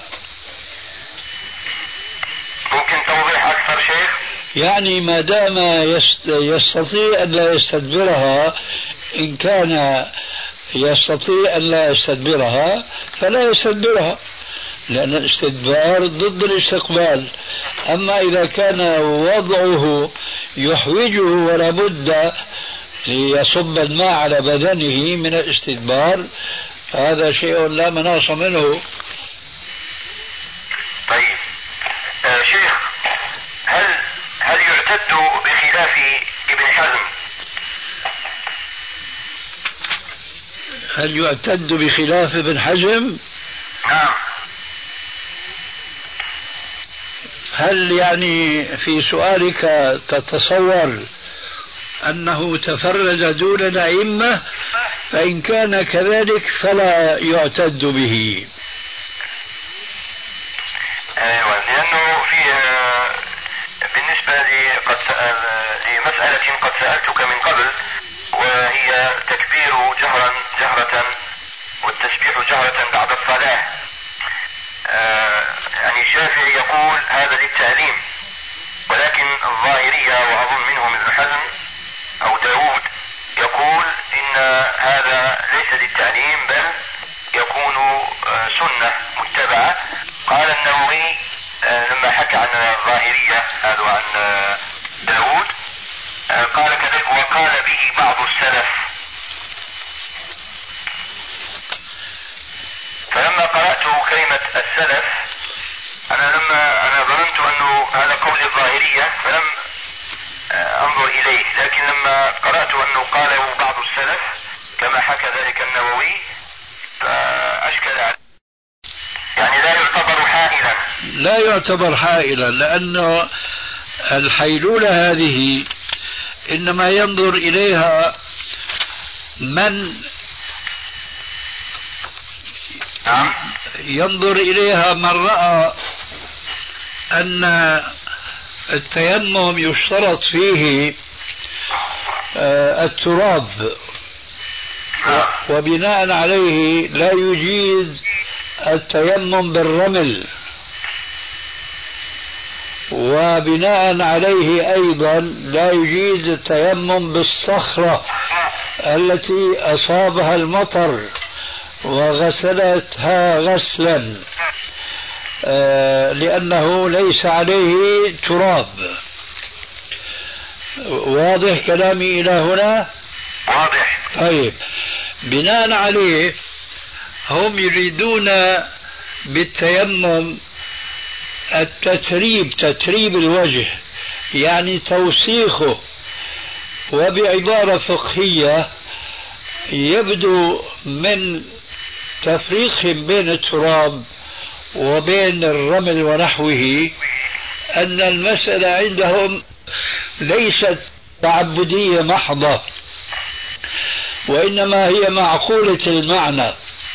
ممكن توضيح أكثر شيخ؟ يعني ما دام يستطيع أن لا يستدبرها، إن كان يستطيع أن لا يستدبرها فلا يستدبرها، لأن الاستدبار ضد الاستقبال. أما إذا كان وضعه يحوجه ولا بد ليصب الماء على بدنه من الاستدبار هذا شيء لا مناص منه. طيب شيخ، هل يعتد بخلاف ابن حزم؟ هل يعتد بخلاف ابن حزم؟ نعم. هل يعني في سؤالك تتصور أنه تفرد دون الأئمة؟ فإن كان كذلك فلا يعتد به. أيوة، لأنه في بالنسبة لمسألة قد سألتك من قبل، وهي تكبير جهرة والتسبيح جهرة بعد الصلاة. يعني الشافعي يقول هذا للتعليم، ولكن الظاهرية وأظن منهم ابن حزم أو داود يقول إن هذا ليس للتعليم بل يكون سنة متبعة. قال النووي لما حكى عن الظاهرية هذا عن داود قال كذلك وقال به بعض السلف. فلما قرأت كلمة السلف أنا ظننت أنه هذا قول الظاهرية فلم أنظر إليه، لكن لما قرأت أنه قاله بعض السلف كما حكى ذلك النووي فأشكل عليه، يعني لا يعتبر حائلا. لا يعتبر حائلا، لأنه الحيلولة هذه إنما ينظر إليها من ينظر إليها من رأى أن التيمم يشترط فيه التراب، وبناء عليه لا يجيز التيمم بالرمل، وبناء عليه أيضا لا يجيز التيمم بالصخرة التي أصابها المطر وغسلتها غسلا، لأنه ليس عليه تراب. واضح كلامي إلى هنا؟ واضح. طيب، بناء عليه هم يريدون بالتيمم التتريب، تتريب الوجه، يعني توسيخه، وبعبارة فقهية يبدو من تفريقهم بين التراب وبين الرمل ونحوه أن المسألة عندهم ليست تعبدية محضة، وإنما هي معقولة المعنى،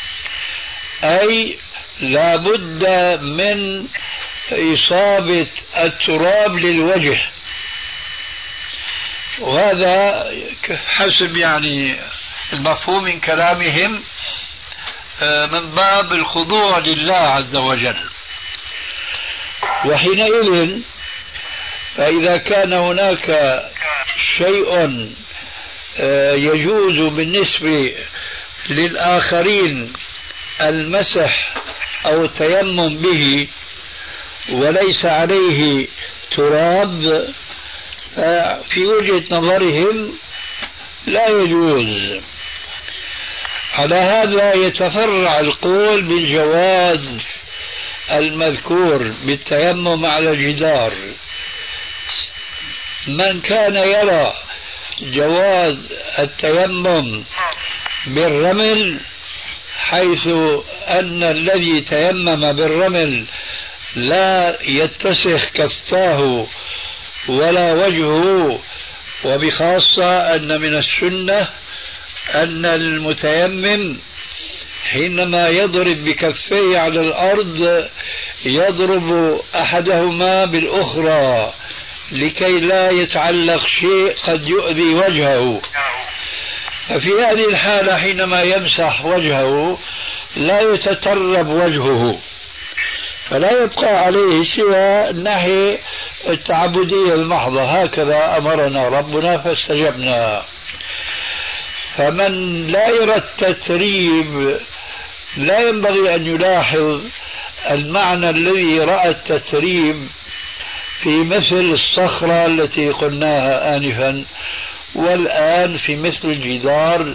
أي لا بد من إصابة التراب للوجه، وهذا حسب يعني المفهوم من كلامهم من باب الخضوع لله عز وجل. وحينئذ فإذا كان هناك شيء يجوز بالنسبة للآخرين المسح أو التيمم به وليس عليه تراب، في وجهة نظرهم لا يجوز. على هذا يتفرع القول بالجواز المذكور بالتيمم على الجدار. من كان يرى جواز التيمم بالرمل، حيث أن الذي تيمم بالرمل لا يتسخ كفاه ولا وجهه، وبخاصة أن من السنة أن المتيمم حينما يضرب بكفيه على الأرض يضرب أحدهما بالأخرى لكي لا يتعلق شيء قد يؤذي وجهه. ففي هذه الحالة حينما يمسح وجهه لا يتترب وجهه، فلا يبقى عليه سوى الناحية التعبدية المحضة. هكذا أمرنا ربنا فاستجبنا. فمن لا يرى التتريب لا ينبغي أن يلاحظ المعنى الذي رأى التتريب في مثل الصخرة التي قلناها آنفا، والآن في مثل الجدار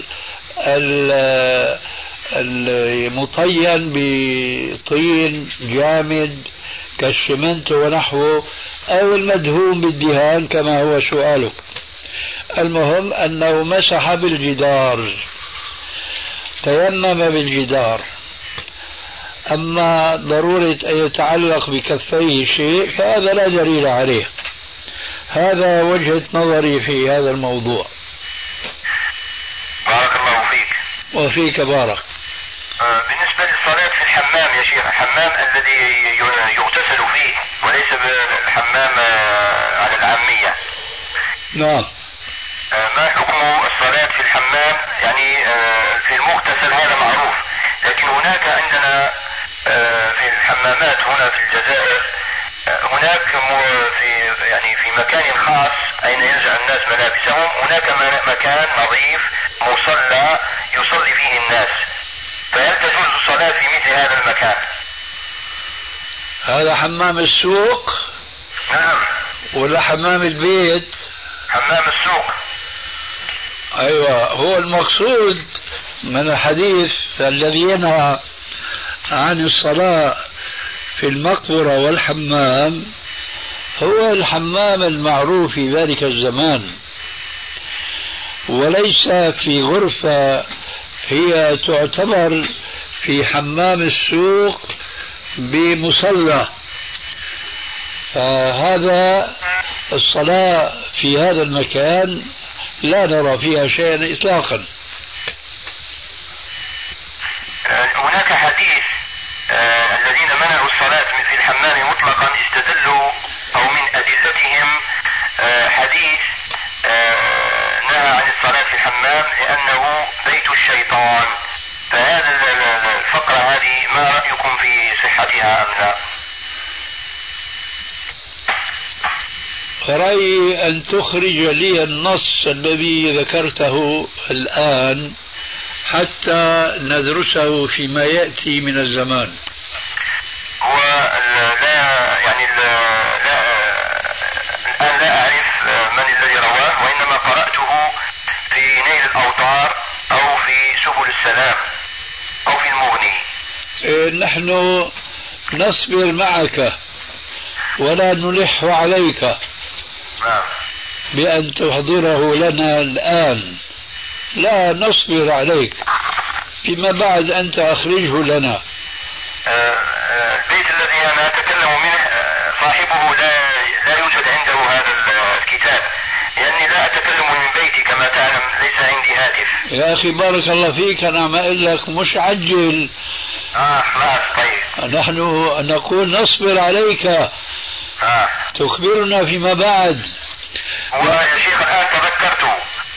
المطين بطين جامد كالشمنت ونحوه، أو المدهون بالدهان كما هو سؤالك. المهم أنه مسح بالجدار، تيمم بالجدار. أما ضرورة أن يتعلق بكفيه شيء فهذا لا دليل عليه. هذا وجهة نظري في هذا الموضوع. بارك الله فيك. وفيك بارك. بالنسبة للصلاة في الحمام يا شيخ، الحمام الذي يغتسل فيه وليس بالحمام على العامية، نعم، ما حكم الصلاة في الحمام؟ يعني في المغتسل هذا معروف، لكن هناك عندنا في الحمامات هنا في الجزائر هناك في مكان خاص أين ينزع الناس ملابسهم، هناك مكان نظيف مصلى يصلي فيه الناس، فهل تجوز الصلاة في مثل هذا المكان؟ هذا حمام السوق؟ نعم. ولا حمام البيت؟ حمام السوق. أيوة، هو المقصود من الحديث الذي ينهى عن الصلاة في المقبرة والحمام هو الحمام المعروف في ذلك الزمان، وليس في غرفة هي تعتبر في حمام السوق بمصلى. فهذا الصلاة في هذا المكان لا نرى فيها شيئا إطلاقا. هناك حديث الذين منعوا الصلاة في الحمام مطلقا استدلوا أو من أدلتهم حديث نهى عن الصلاة في الحمام لأنه بيت الشيطان. فهذا الفقرة هذه ما رأيكم في صحتها أم لا؟ رأيي أن تخرج لي النص الذي ذكرته الآن حتى ندرسه فيما يأتي من الزمان. الآن لا أعرف من الذي رواه، وإنما قرأته في نيل الأوطار أو في سبل السلام أو في المغني. نحن نصبر معك ولا نلح عليك بأن تحضره لنا الآن، لا نصبر عليك، فيما بعد أنت أخرجه لنا. البيت الذي أنا أتكلم منه صاحبه لا يوجد عنده هذا الكتاب، لأني لا أتكلم من بيتي كما تعلم، ليس عندي هاتف. يا أخي بارك الله فيك، أنا عم أقول لك مش عجل. خلاص طيب. نحن نقول نصبر عليك. تخبرنا فيما بعد. يا شيخ الآن تذكرته.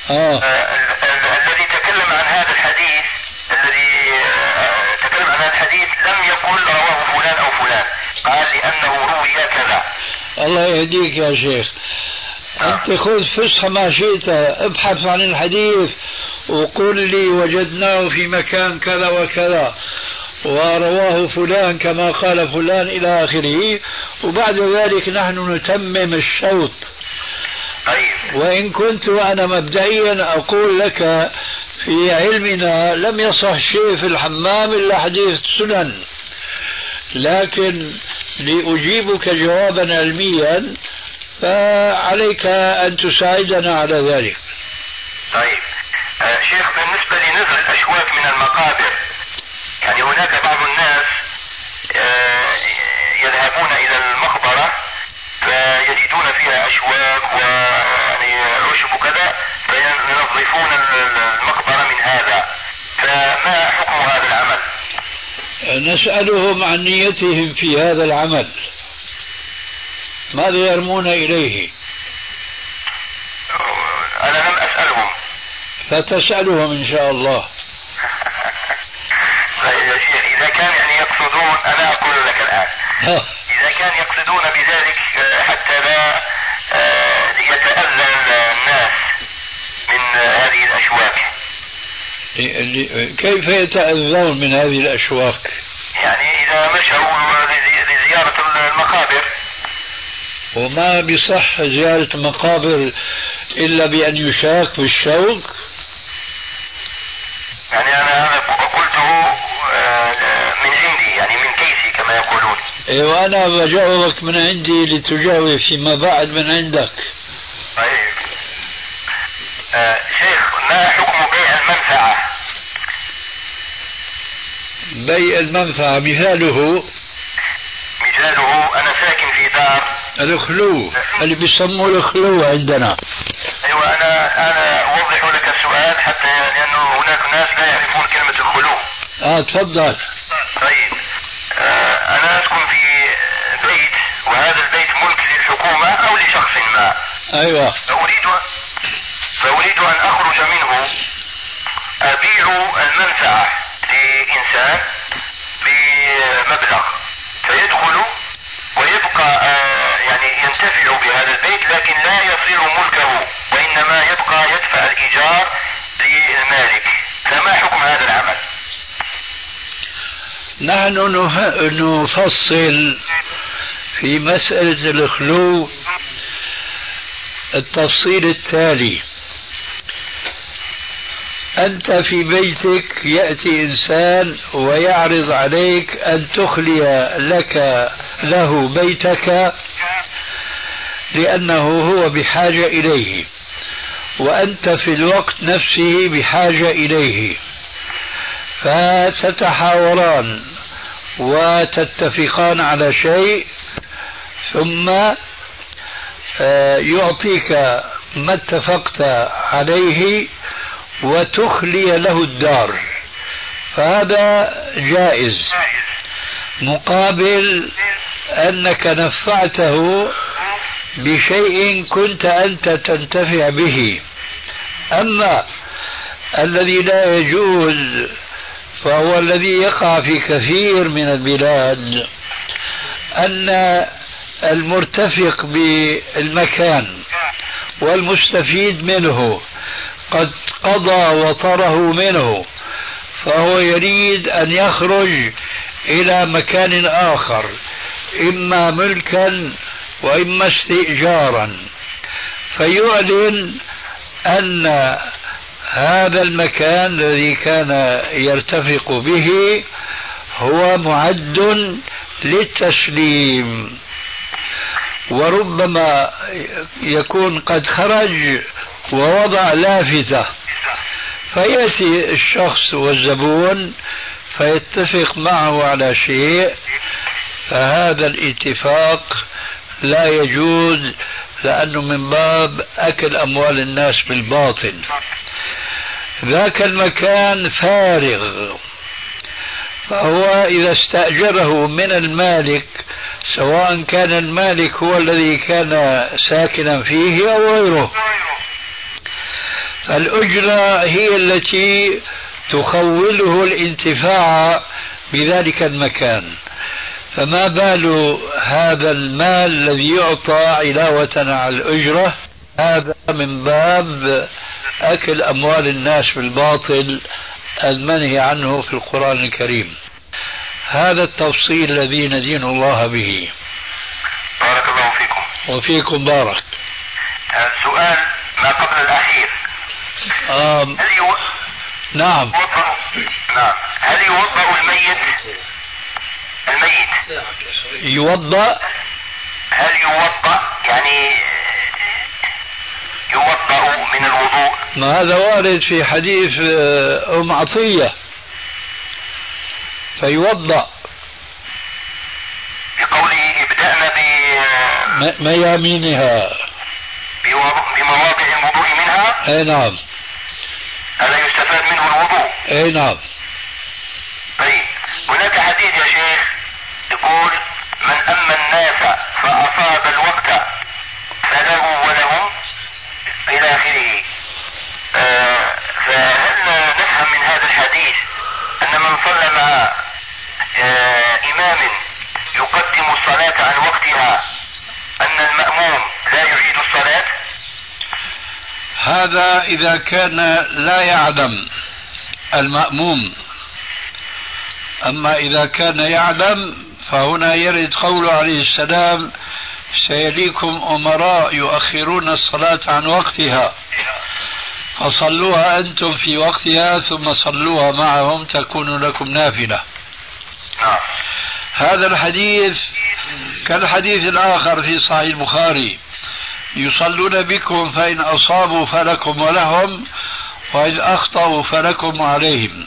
الذي تكلم عن هذا الحديث لم يقل رواه فلان أو فلان، قال لأنه روي كذا. الله يهديك يا شيخ. أنت خذ فسح ما شئت، ابحث عن الحديث وقل لي وجدناه في مكان كذا وكذا ورواه فلان كما قال فلان إلى آخره، وبعد ذلك نحن نتمم الشوط. وإن كنت أنا مبدئيا أقول لك في علمنا لم يصح شيء في الحمام إلا حديث سنن، لكن لأجيبك جوابا علميا فعليك أن تساعدنا على ذلك. طيب شيخ، بالنسبة لنزل الأشواك من المقابر، يعني هناك بعض الناس يذهبون إلى المقبرة فيجدون فيها أشواك ويعني عشب وكذا، فينظفون المقبرة من هذا، فما حكم هذا العمل؟ نسألهم عن نيتهم في هذا العمل، ماذا يرمون إليه؟ أنا لم أسألهم. فتسألهم إن شاء الله. يا شيخ إذا كان يعني يقصدون، أنا أقول لك الآن إذا كان يقصدون بذلك حتى لا يتأذى الناس من هذه الأشواك. كيف يتأذون من هذه الأشواك؟ يعني إذا مشوا لزيارة المقابر. وما بصح زيارة المقابر إلا بأن يشاك بالشوك. يعني أنا قلته من عندي، يعني من كيسي كما يقولون. وأنا بجاوبك من عندي لتجاوب فيما بعد من عندك. طيب شيخ، ما حكم بيع المنفعة؟ بيع المنفعة مثاله أنا ساكن في دار الخلو اللي بيسموه الخلو عندنا. أيوة، أنا أوضح لك السؤال حتى لأنه هناك ناس لا يعرفون كلمة الخلو. تفضل. طيب أنا أسكن في بيت، وهذا البيت ملك للحكومة أو لشخص ما. أيوة. فأريد أن أخرج منه، أبيع المنفعة لإنسان بمبلغ فيدخل ويبقى يعني ينتفع بهذا البيت، لكن لا يصير ملكه، وإنما يبقى يدفع الإيجار للمالك. فما حكم هذا العمل؟ نحن نفصل في مسألة الخلو التفصيل التالي: أنت في بيتك يأتي إنسان ويعرض عليك أن تخلي له بيتك لأنه هو بحاجة إليه، وأنت في الوقت نفسه بحاجة إليه، فتتحاوران وتتفقان على شيء، ثم يعطيك ما اتفقت عليه وتخلي له الدار، فهذا جائز، مقابل أنك نفعته بشيء كنت أنت تنتفع به. أما الذي لا يجوز فهو الذي يقع في كثير من البلاد، أن المرتفق بالمكان والمستفيد منه قد قضى وطره منه، فهو يريد أن يخرج إلى مكان آخر، إما ملكا وإما استئجارا، فيعلن أن هذا المكان الذي كان يرتفق به هو معد للتسليم، وربما يكون قد خرج ووضع لافتة، فيأتي الشخص والزبون فيتفق معه على شيء، فهذا الاتفاق لا يجوز، لأنه من باب أكل أموال الناس بالباطل. ذاك المكان فارغ، فهو إذا استأجره من المالك، سواء كان المالك هو الذي كان ساكنا فيه أو غيره، فالأجرة هي التي تخوله الانتفاع بذلك المكان، فما بال هذا المال الذي يعطى علاوة على الأجرة؟ هذا من باب أكل أموال الناس بالباطل المنهي عنه في القرآن الكريم. هذا التفصيل الذي ندين الله به. بارك الله فيكم. وفيكم بارك. سؤال ما قبل الأخير. نعم. نعم. هل يوضأ الميت يوضأ؟ هل يوضأ يعني يوضأ من الوضوء؟ ما هذا وارد في حديث أم عطية، فيوضأ بقوله ابدأنا بميامينها بمواضع الوضوء منها. اي نعم. هذا يستفاد منه الوضوء. اي نعم. طيب هناك حديث يا شيخ يقول من أما الناس فأصاب الوقت فله ولهم إلى آخره. فهل نفهم من هذا الحديث أن من صلى مع إمام يقدم الصلاة عن وقتها أن المأموم لا يعيد الصلاة؟ هذا إذا كان لا يعلم المأموم، أما إذا كان يعلم فهنا يرد قوله عليه السلام سيليكم أمراء يؤخرون الصلاة عن وقتها فصلوها أنتم في وقتها ثم صلوها معهم تكون لكم نافلة. هذا الحديث كالحديث الآخر في صحيح البخاري يصلون بكم فإن أصابوا فلكم ولهم وإن أخطأوا فلكم وعليهم.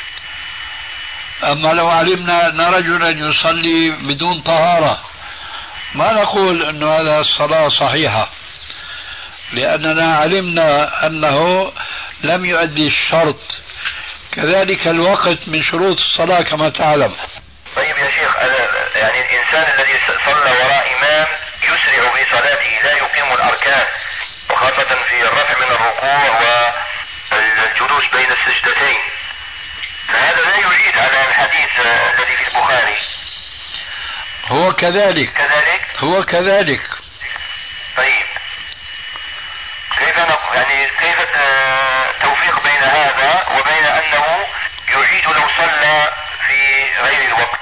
أما لو علمنا أن رجلا يصلي بدون طهارة ما نقول أن هذا الصلاة صحيحة، لأننا علمنا أنه لم يؤدي الشرط، كذلك الوقت من شروط الصلاة كما تعلم. طيب يا شيخ، يعني الإنسان الذي صلى وراء إمام يسرع في صلاته لا يقيم الأركان، وخاصة في الرفع من الركوع والجلوس بين السجدتين، فهذا لا يعيد على الحديث الذي في البخاري. هو كذلك. هو كذلك. طيب كيف يعني كيف التوفيق بين هذا وبين أنه يعيد لو صلى في غير الوقت؟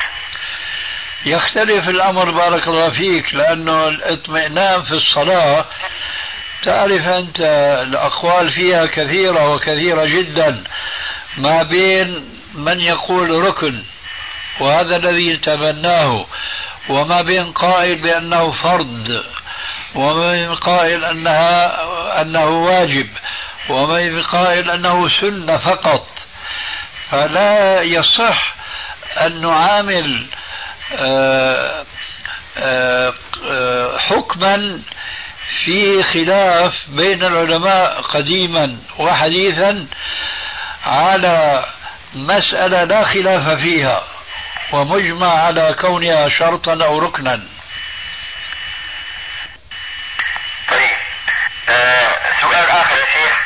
يختلف الأمر بارك الله فيك، لأنه الاطمئنان في الصلاة تعرف أنت الأقوال فيها كثيرة وكثيرة جدا، ما بين من يقول ركن وهذا الذي تبناه، وما بين قائل بأنه فرض، وما بين قائل أنه واجب، وما بين قائل أنه سنة فقط. فلا يصح أن نعامل حكما في خلاف بين العلماء قديما وحديثا على مسألة لا خلاف فيها ومجمع على كونها شرطا أو ركنا. طيب، سؤال آخر يا شيخ،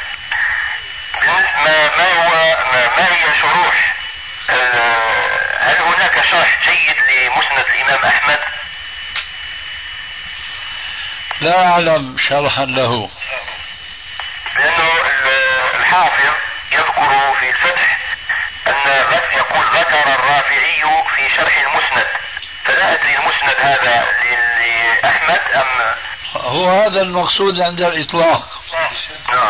ما هي شروح، هل هناك شرح جيد لمسند الإمام أحمد؟ لا أعلم شرحا له، لأنه الحافظ يذكر في الفتح أن يقول ذكر الرافعي في شرح المسند، فلا أدري المسند هذا لأحمد أم هو هذا المقصود عند الإطلاق. نعم،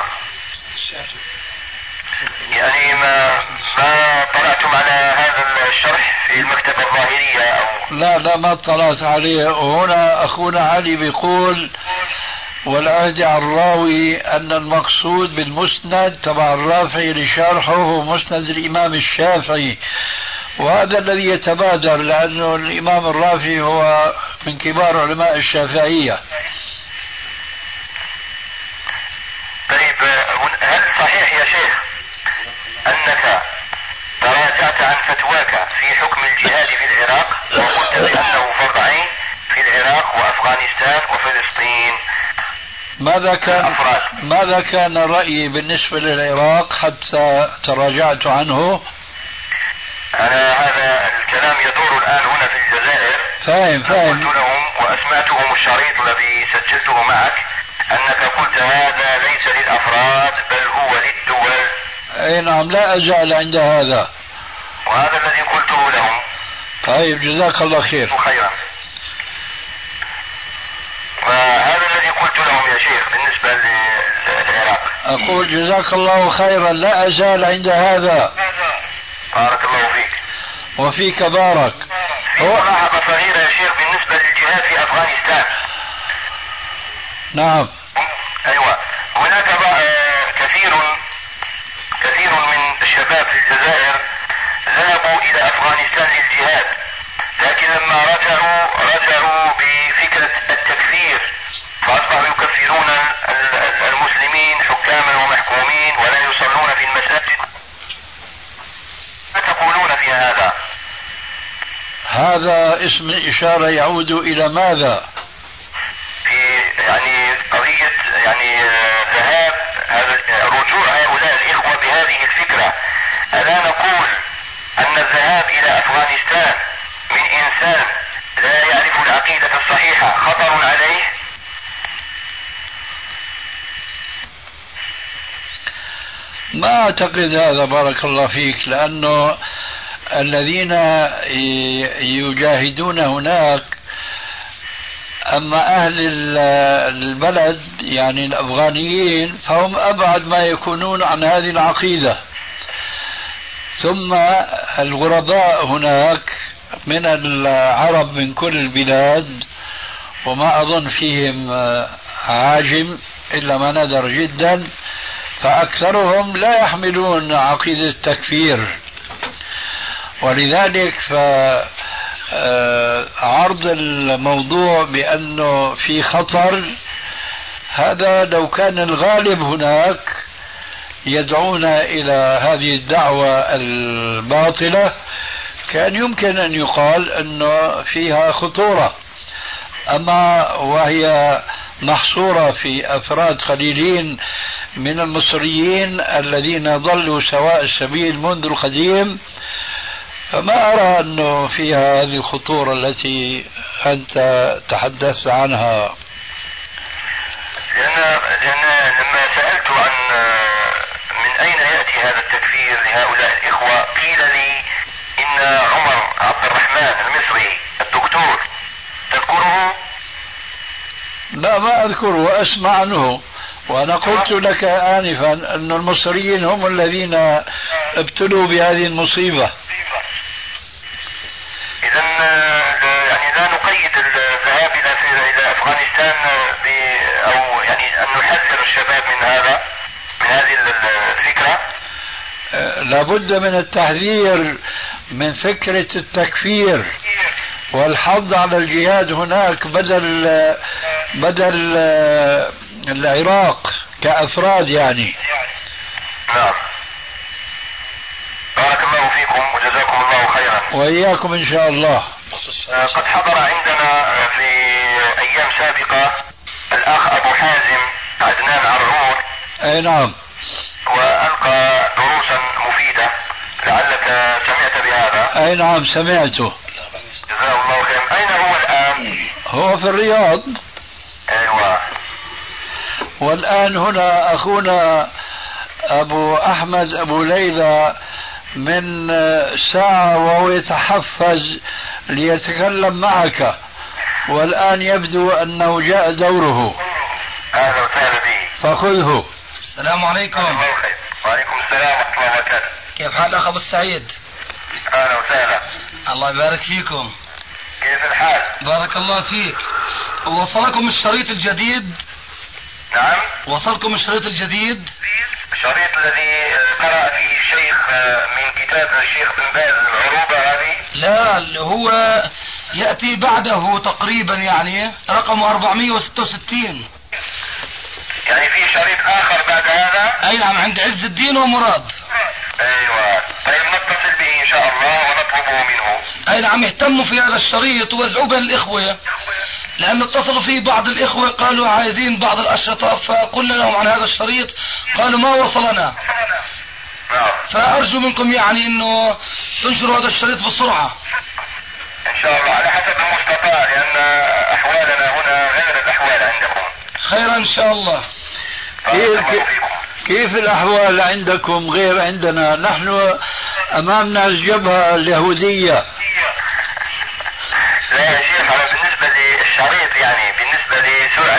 يعني ما طلعتم على هذا الشرح في المكتبة الظاهرية أو؟ لا ما اطلعت عليه. وهنا أخونا علي بيقول والعهد على الراوي أن المقصود بالمسند تبع الرافعي لشرحه هو مسند الإمام الشافعي، وهذا الذي يتبادر لأنه الإمام الرافعي هو من كبار علماء الشافعية. طيب، هل صحيح يا شيخ أنك تراجعت عن فتواك في حكم الجهاد في العراق وقلت بأنه فرض عين في العراق وأفغانستان وفلسطين؟ ماذا كان رأيي بالنسبة للعراق حتى تراجعت عنه؟ هذا الكلام يدور الآن هنا في الجزائر. فاهم. قلت لهم وأسمعتهم الشريط الذي سجلته معك أنك قلت هذا ليس للأفراد بل هو للدول. أي نعم، لا أزال عند هذا، وهذا الذي قلته لهم. طيب، جزاك الله خير. خيرا. وهذا الذي قلت لهم يا شيخ بالنسبة للعراق. أقول جزاك الله خيرا، لا أزال عند هذا. بارك الله فيك. وفيك بارك. في ملاحظة صغيرة يا شيخ بالنسبة للجهاد في أفغانستان. نعم. أيوة، هناك كثير من الشباب في الجزائر ذهبوا إلى أفغانستان للجهاد، لكن لما رجعوا بفكرة التكفير، فأصبحوا يكفرون المسلمين حكاما ومحكومين ولا يصلون في المساجد. ما تقولون في هذا؟ هذا اسم الإشارة يعود إلى ماذا؟ في قضية ذهاب رجوع هؤلاء الإخوة بهذه الفكرة. ألا نقول أن الذهاب إلى أفغانستان من إنسان لا يعرف العقيدة الصحيحة خطر عليه؟ ما أعتقد هذا، بارك الله فيك، لأنه الذين يجاهدون هناك أما أهل البلد يعني الأفغانيين فهم أبعد ما يكونون عن هذه العقيدة. ثم الغرباء هناك من العرب من كل البلاد، وما أظن فيهم عاجم إلا ما ندر جدا، فأكثرهم لا يحملون عقيدة التكفير. ولذلك عرض الموضوع بأنه في خطر، هذا لو كان الغالب هناك يدعون إلى هذه الدعوة الباطلة كان يمكن أن يقال أنه فيها خطورة. أما وهي محصورة في أفراد قليلين من المصريين الذين ضلوا سواء السبيل منذ القديم، فما أرى أنه فيها هذه الخطورة التي أنت تحدثت عنها. لأن لما سألت عن من أين يأتي هذا التكفير لهؤلاء الإخوة، قيل لي إن عمر عبد الرحمن المصري الدكتور، تذكره؟ لا ما أذكره، وأسمع عنه وأنا قلت لك آنفا أن المصريين هم الذين ابتلوا بهذه المصيبة. إذا يعني لا نقيد الذهاب إلى أفغانستان أو يعني أن نحذر الشباب من هذه الفكرة. لابد من التحذير من فكرة التكفير والحض على الجهاد هناك بدل العراق كأفراد يعني. نعم. بارك الله فيكم وجزاكم الله خيرا. وإياكم إن شاء الله. قد حضر عندنا في أيام سابقة الأخ أبو حازم عدنان عرعور. أي نعم. وألقى دروسا مفيدة لعلك سمعت بهذا. أي نعم سمعته. جزاه الله خيرا. أين هو الآن؟ هو في الرياض. أيوة. والآن هنا أخونا أبو أحمد أبو ليلى من ساعة وهو يتحفز ليتكلم معك، والآن يبدو أنه جاء دوره. أهلا وسهلا به. فخذه. السلام عليكم. وعليكم السلام ورحمة الله وبركاته. كيف حال أخ أبو السعيد؟ أهلا وسهلا. الله يبارك فيكم. كيف الحال؟ بارك الله فيك. وصلكم الشريط الجديد؟ نعم. وصلكم الشريط الجديد؟ الشريط الذي قرأ فيه الشيخ من كتاب الشيخ بن باز العروبة هذه؟ لا، هو يأتي بعده تقريبا، يعني رقم 466. يعني في شريط آخر بعد هذا؟ أي نعم، عند عز الدين ومراد. أيوة. طيب نتصل به إن شاء الله ونطلبه منه. أي نعم، اهتموا في هذا الشريط ووزعوه بين الإخوة، لأن اتصلوا فيه بعض الإخوة قالوا عايزين بعض الأشرطة، فقلنا لهم عن هذا الشريط قالوا ما وصلنا. فأرجو منكم يعني أنه تنشروا هذا الشريط بسرعة. إن شاء الله على حسب المستطاع، لأن أحوالنا هنا غير الأحوال عندكم. خيرا إن شاء الله. كيف الأحوال عندكم غير عندنا؟ نحن أمامنا الجبهة اليهودية. لا يا شيخ، أنا بالنسبة للشريط يعني بالنسبة لسرعة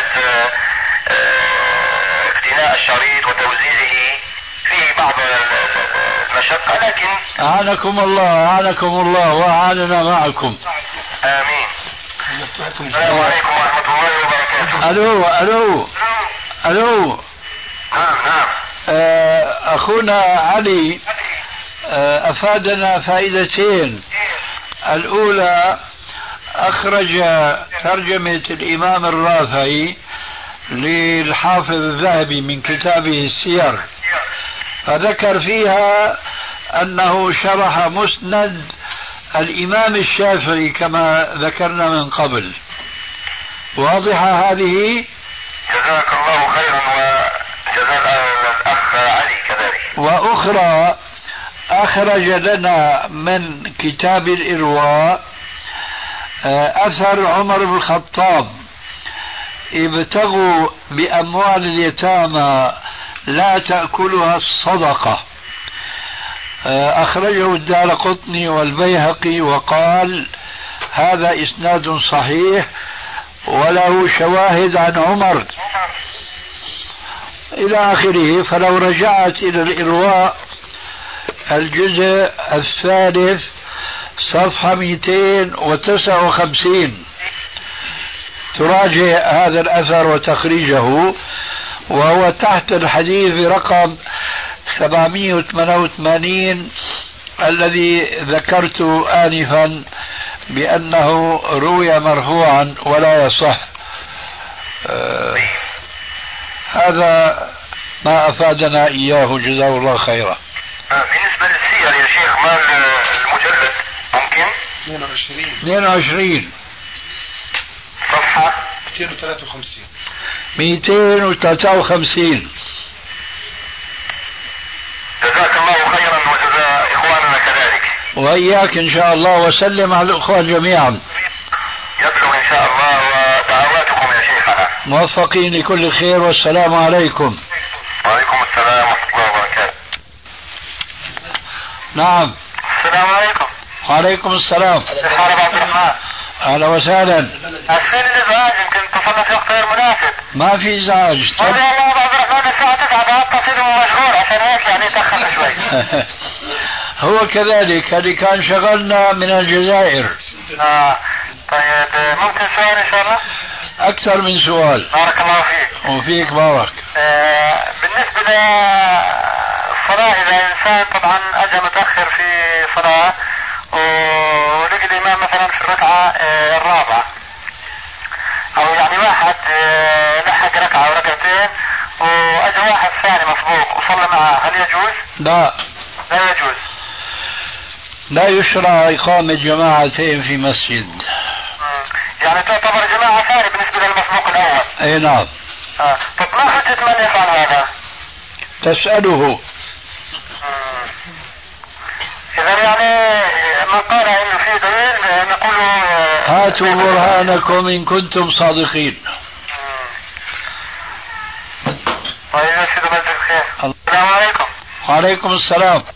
اقتناء الشريط وتوزيعه فيه بعض المشقة، لكن أعانكم الله أعانكم الله وأعاننا معكم. آمين. السلام عليكم ورحمة الله وبركاته. ألو. نعم. أخونا علي أفادنا فائدتين. الأولى أخرج ترجمة الإمام الرافعي للحافظ الذهبي من كتابه السير، فذكر فيها أنه شرح مسند الإمام الشافعي كما ذكرنا من قبل. واضحة هذه؟ جزاك الله خيرا وجزاك الأخ علي كذلك. وأخرى أخرج لنا من كتاب الإرواء أثر عمر بن الخطاب: ابتغوا بأموال اليتامى لا تأكلها الصدقة. أخرجه الدارقطني والبيهقي وقال هذا إسناد صحيح وله شواهد عن عمر إلى آخره. فلو رجعت إلى الإرواء الجزء الثالث صفحة 259 تراجع هذا الأثر وتخريجه، وهو تحت الحديث رقم 788 الذي ذكرت آنفا بأنه روي مرفوعا ولا يصح. هذا ما أفادنا إياه جزاه الله خيرا. بالنسبة للسير يا شيخ، ما المجلد ممكن؟ 22 صفحة 253. جزاك الله خيرا وجزا إخواننا كذلك. وإياك إن شاء الله، وسلم على الأخوان جميعا. يبلغ إن شاء الله، ودعواتكم يا شيخنا. موفقين لكل خير، والسلام عليكم. وعليكم السلام ورحمة الله وبركاته. نعم. السلام عليكم. وعليكم السلام. الحارب عبد الرحمن. أهلا وسهلا. السن الإزعاج يمكن اتصلنا في وقت غير مناسب. ما في ازعاج. والله يا عبد الرحمن الساعة 9 اتصل مشغول عشان هيك يعني تأخر شوي. هو كذلك، هذه كان شغلنا من الجزائر. طيب ممكن سؤال ان شاء الله؟ اكثر من سؤال. بارك الله فيك. وفيك بارك. بالنسبة للصلاة، إذا إنسان طبعا أجى متأخر في صلاة ولقي الإمام مثلا في الركعة الرابعة، أو يعني واحد لحق ركعة وركعتين وأجى واحد ثاني مسبوق وصلى معه، هل يجوز؟ لا يجوز. لا يشرع إقامة جماعتين في مسجد. يعني تعتبر جماعة ثانية بالنسبة للمسبوق الأول. أي نعم. طب ما حجة من يفعل هذا؟ تسأله. إذا يعني من قال إنه في دليل نقول هاتوا برهانكم إن كنتم صادقين. طيب يا سيدي، السلام عليكم. وعليكم السلام.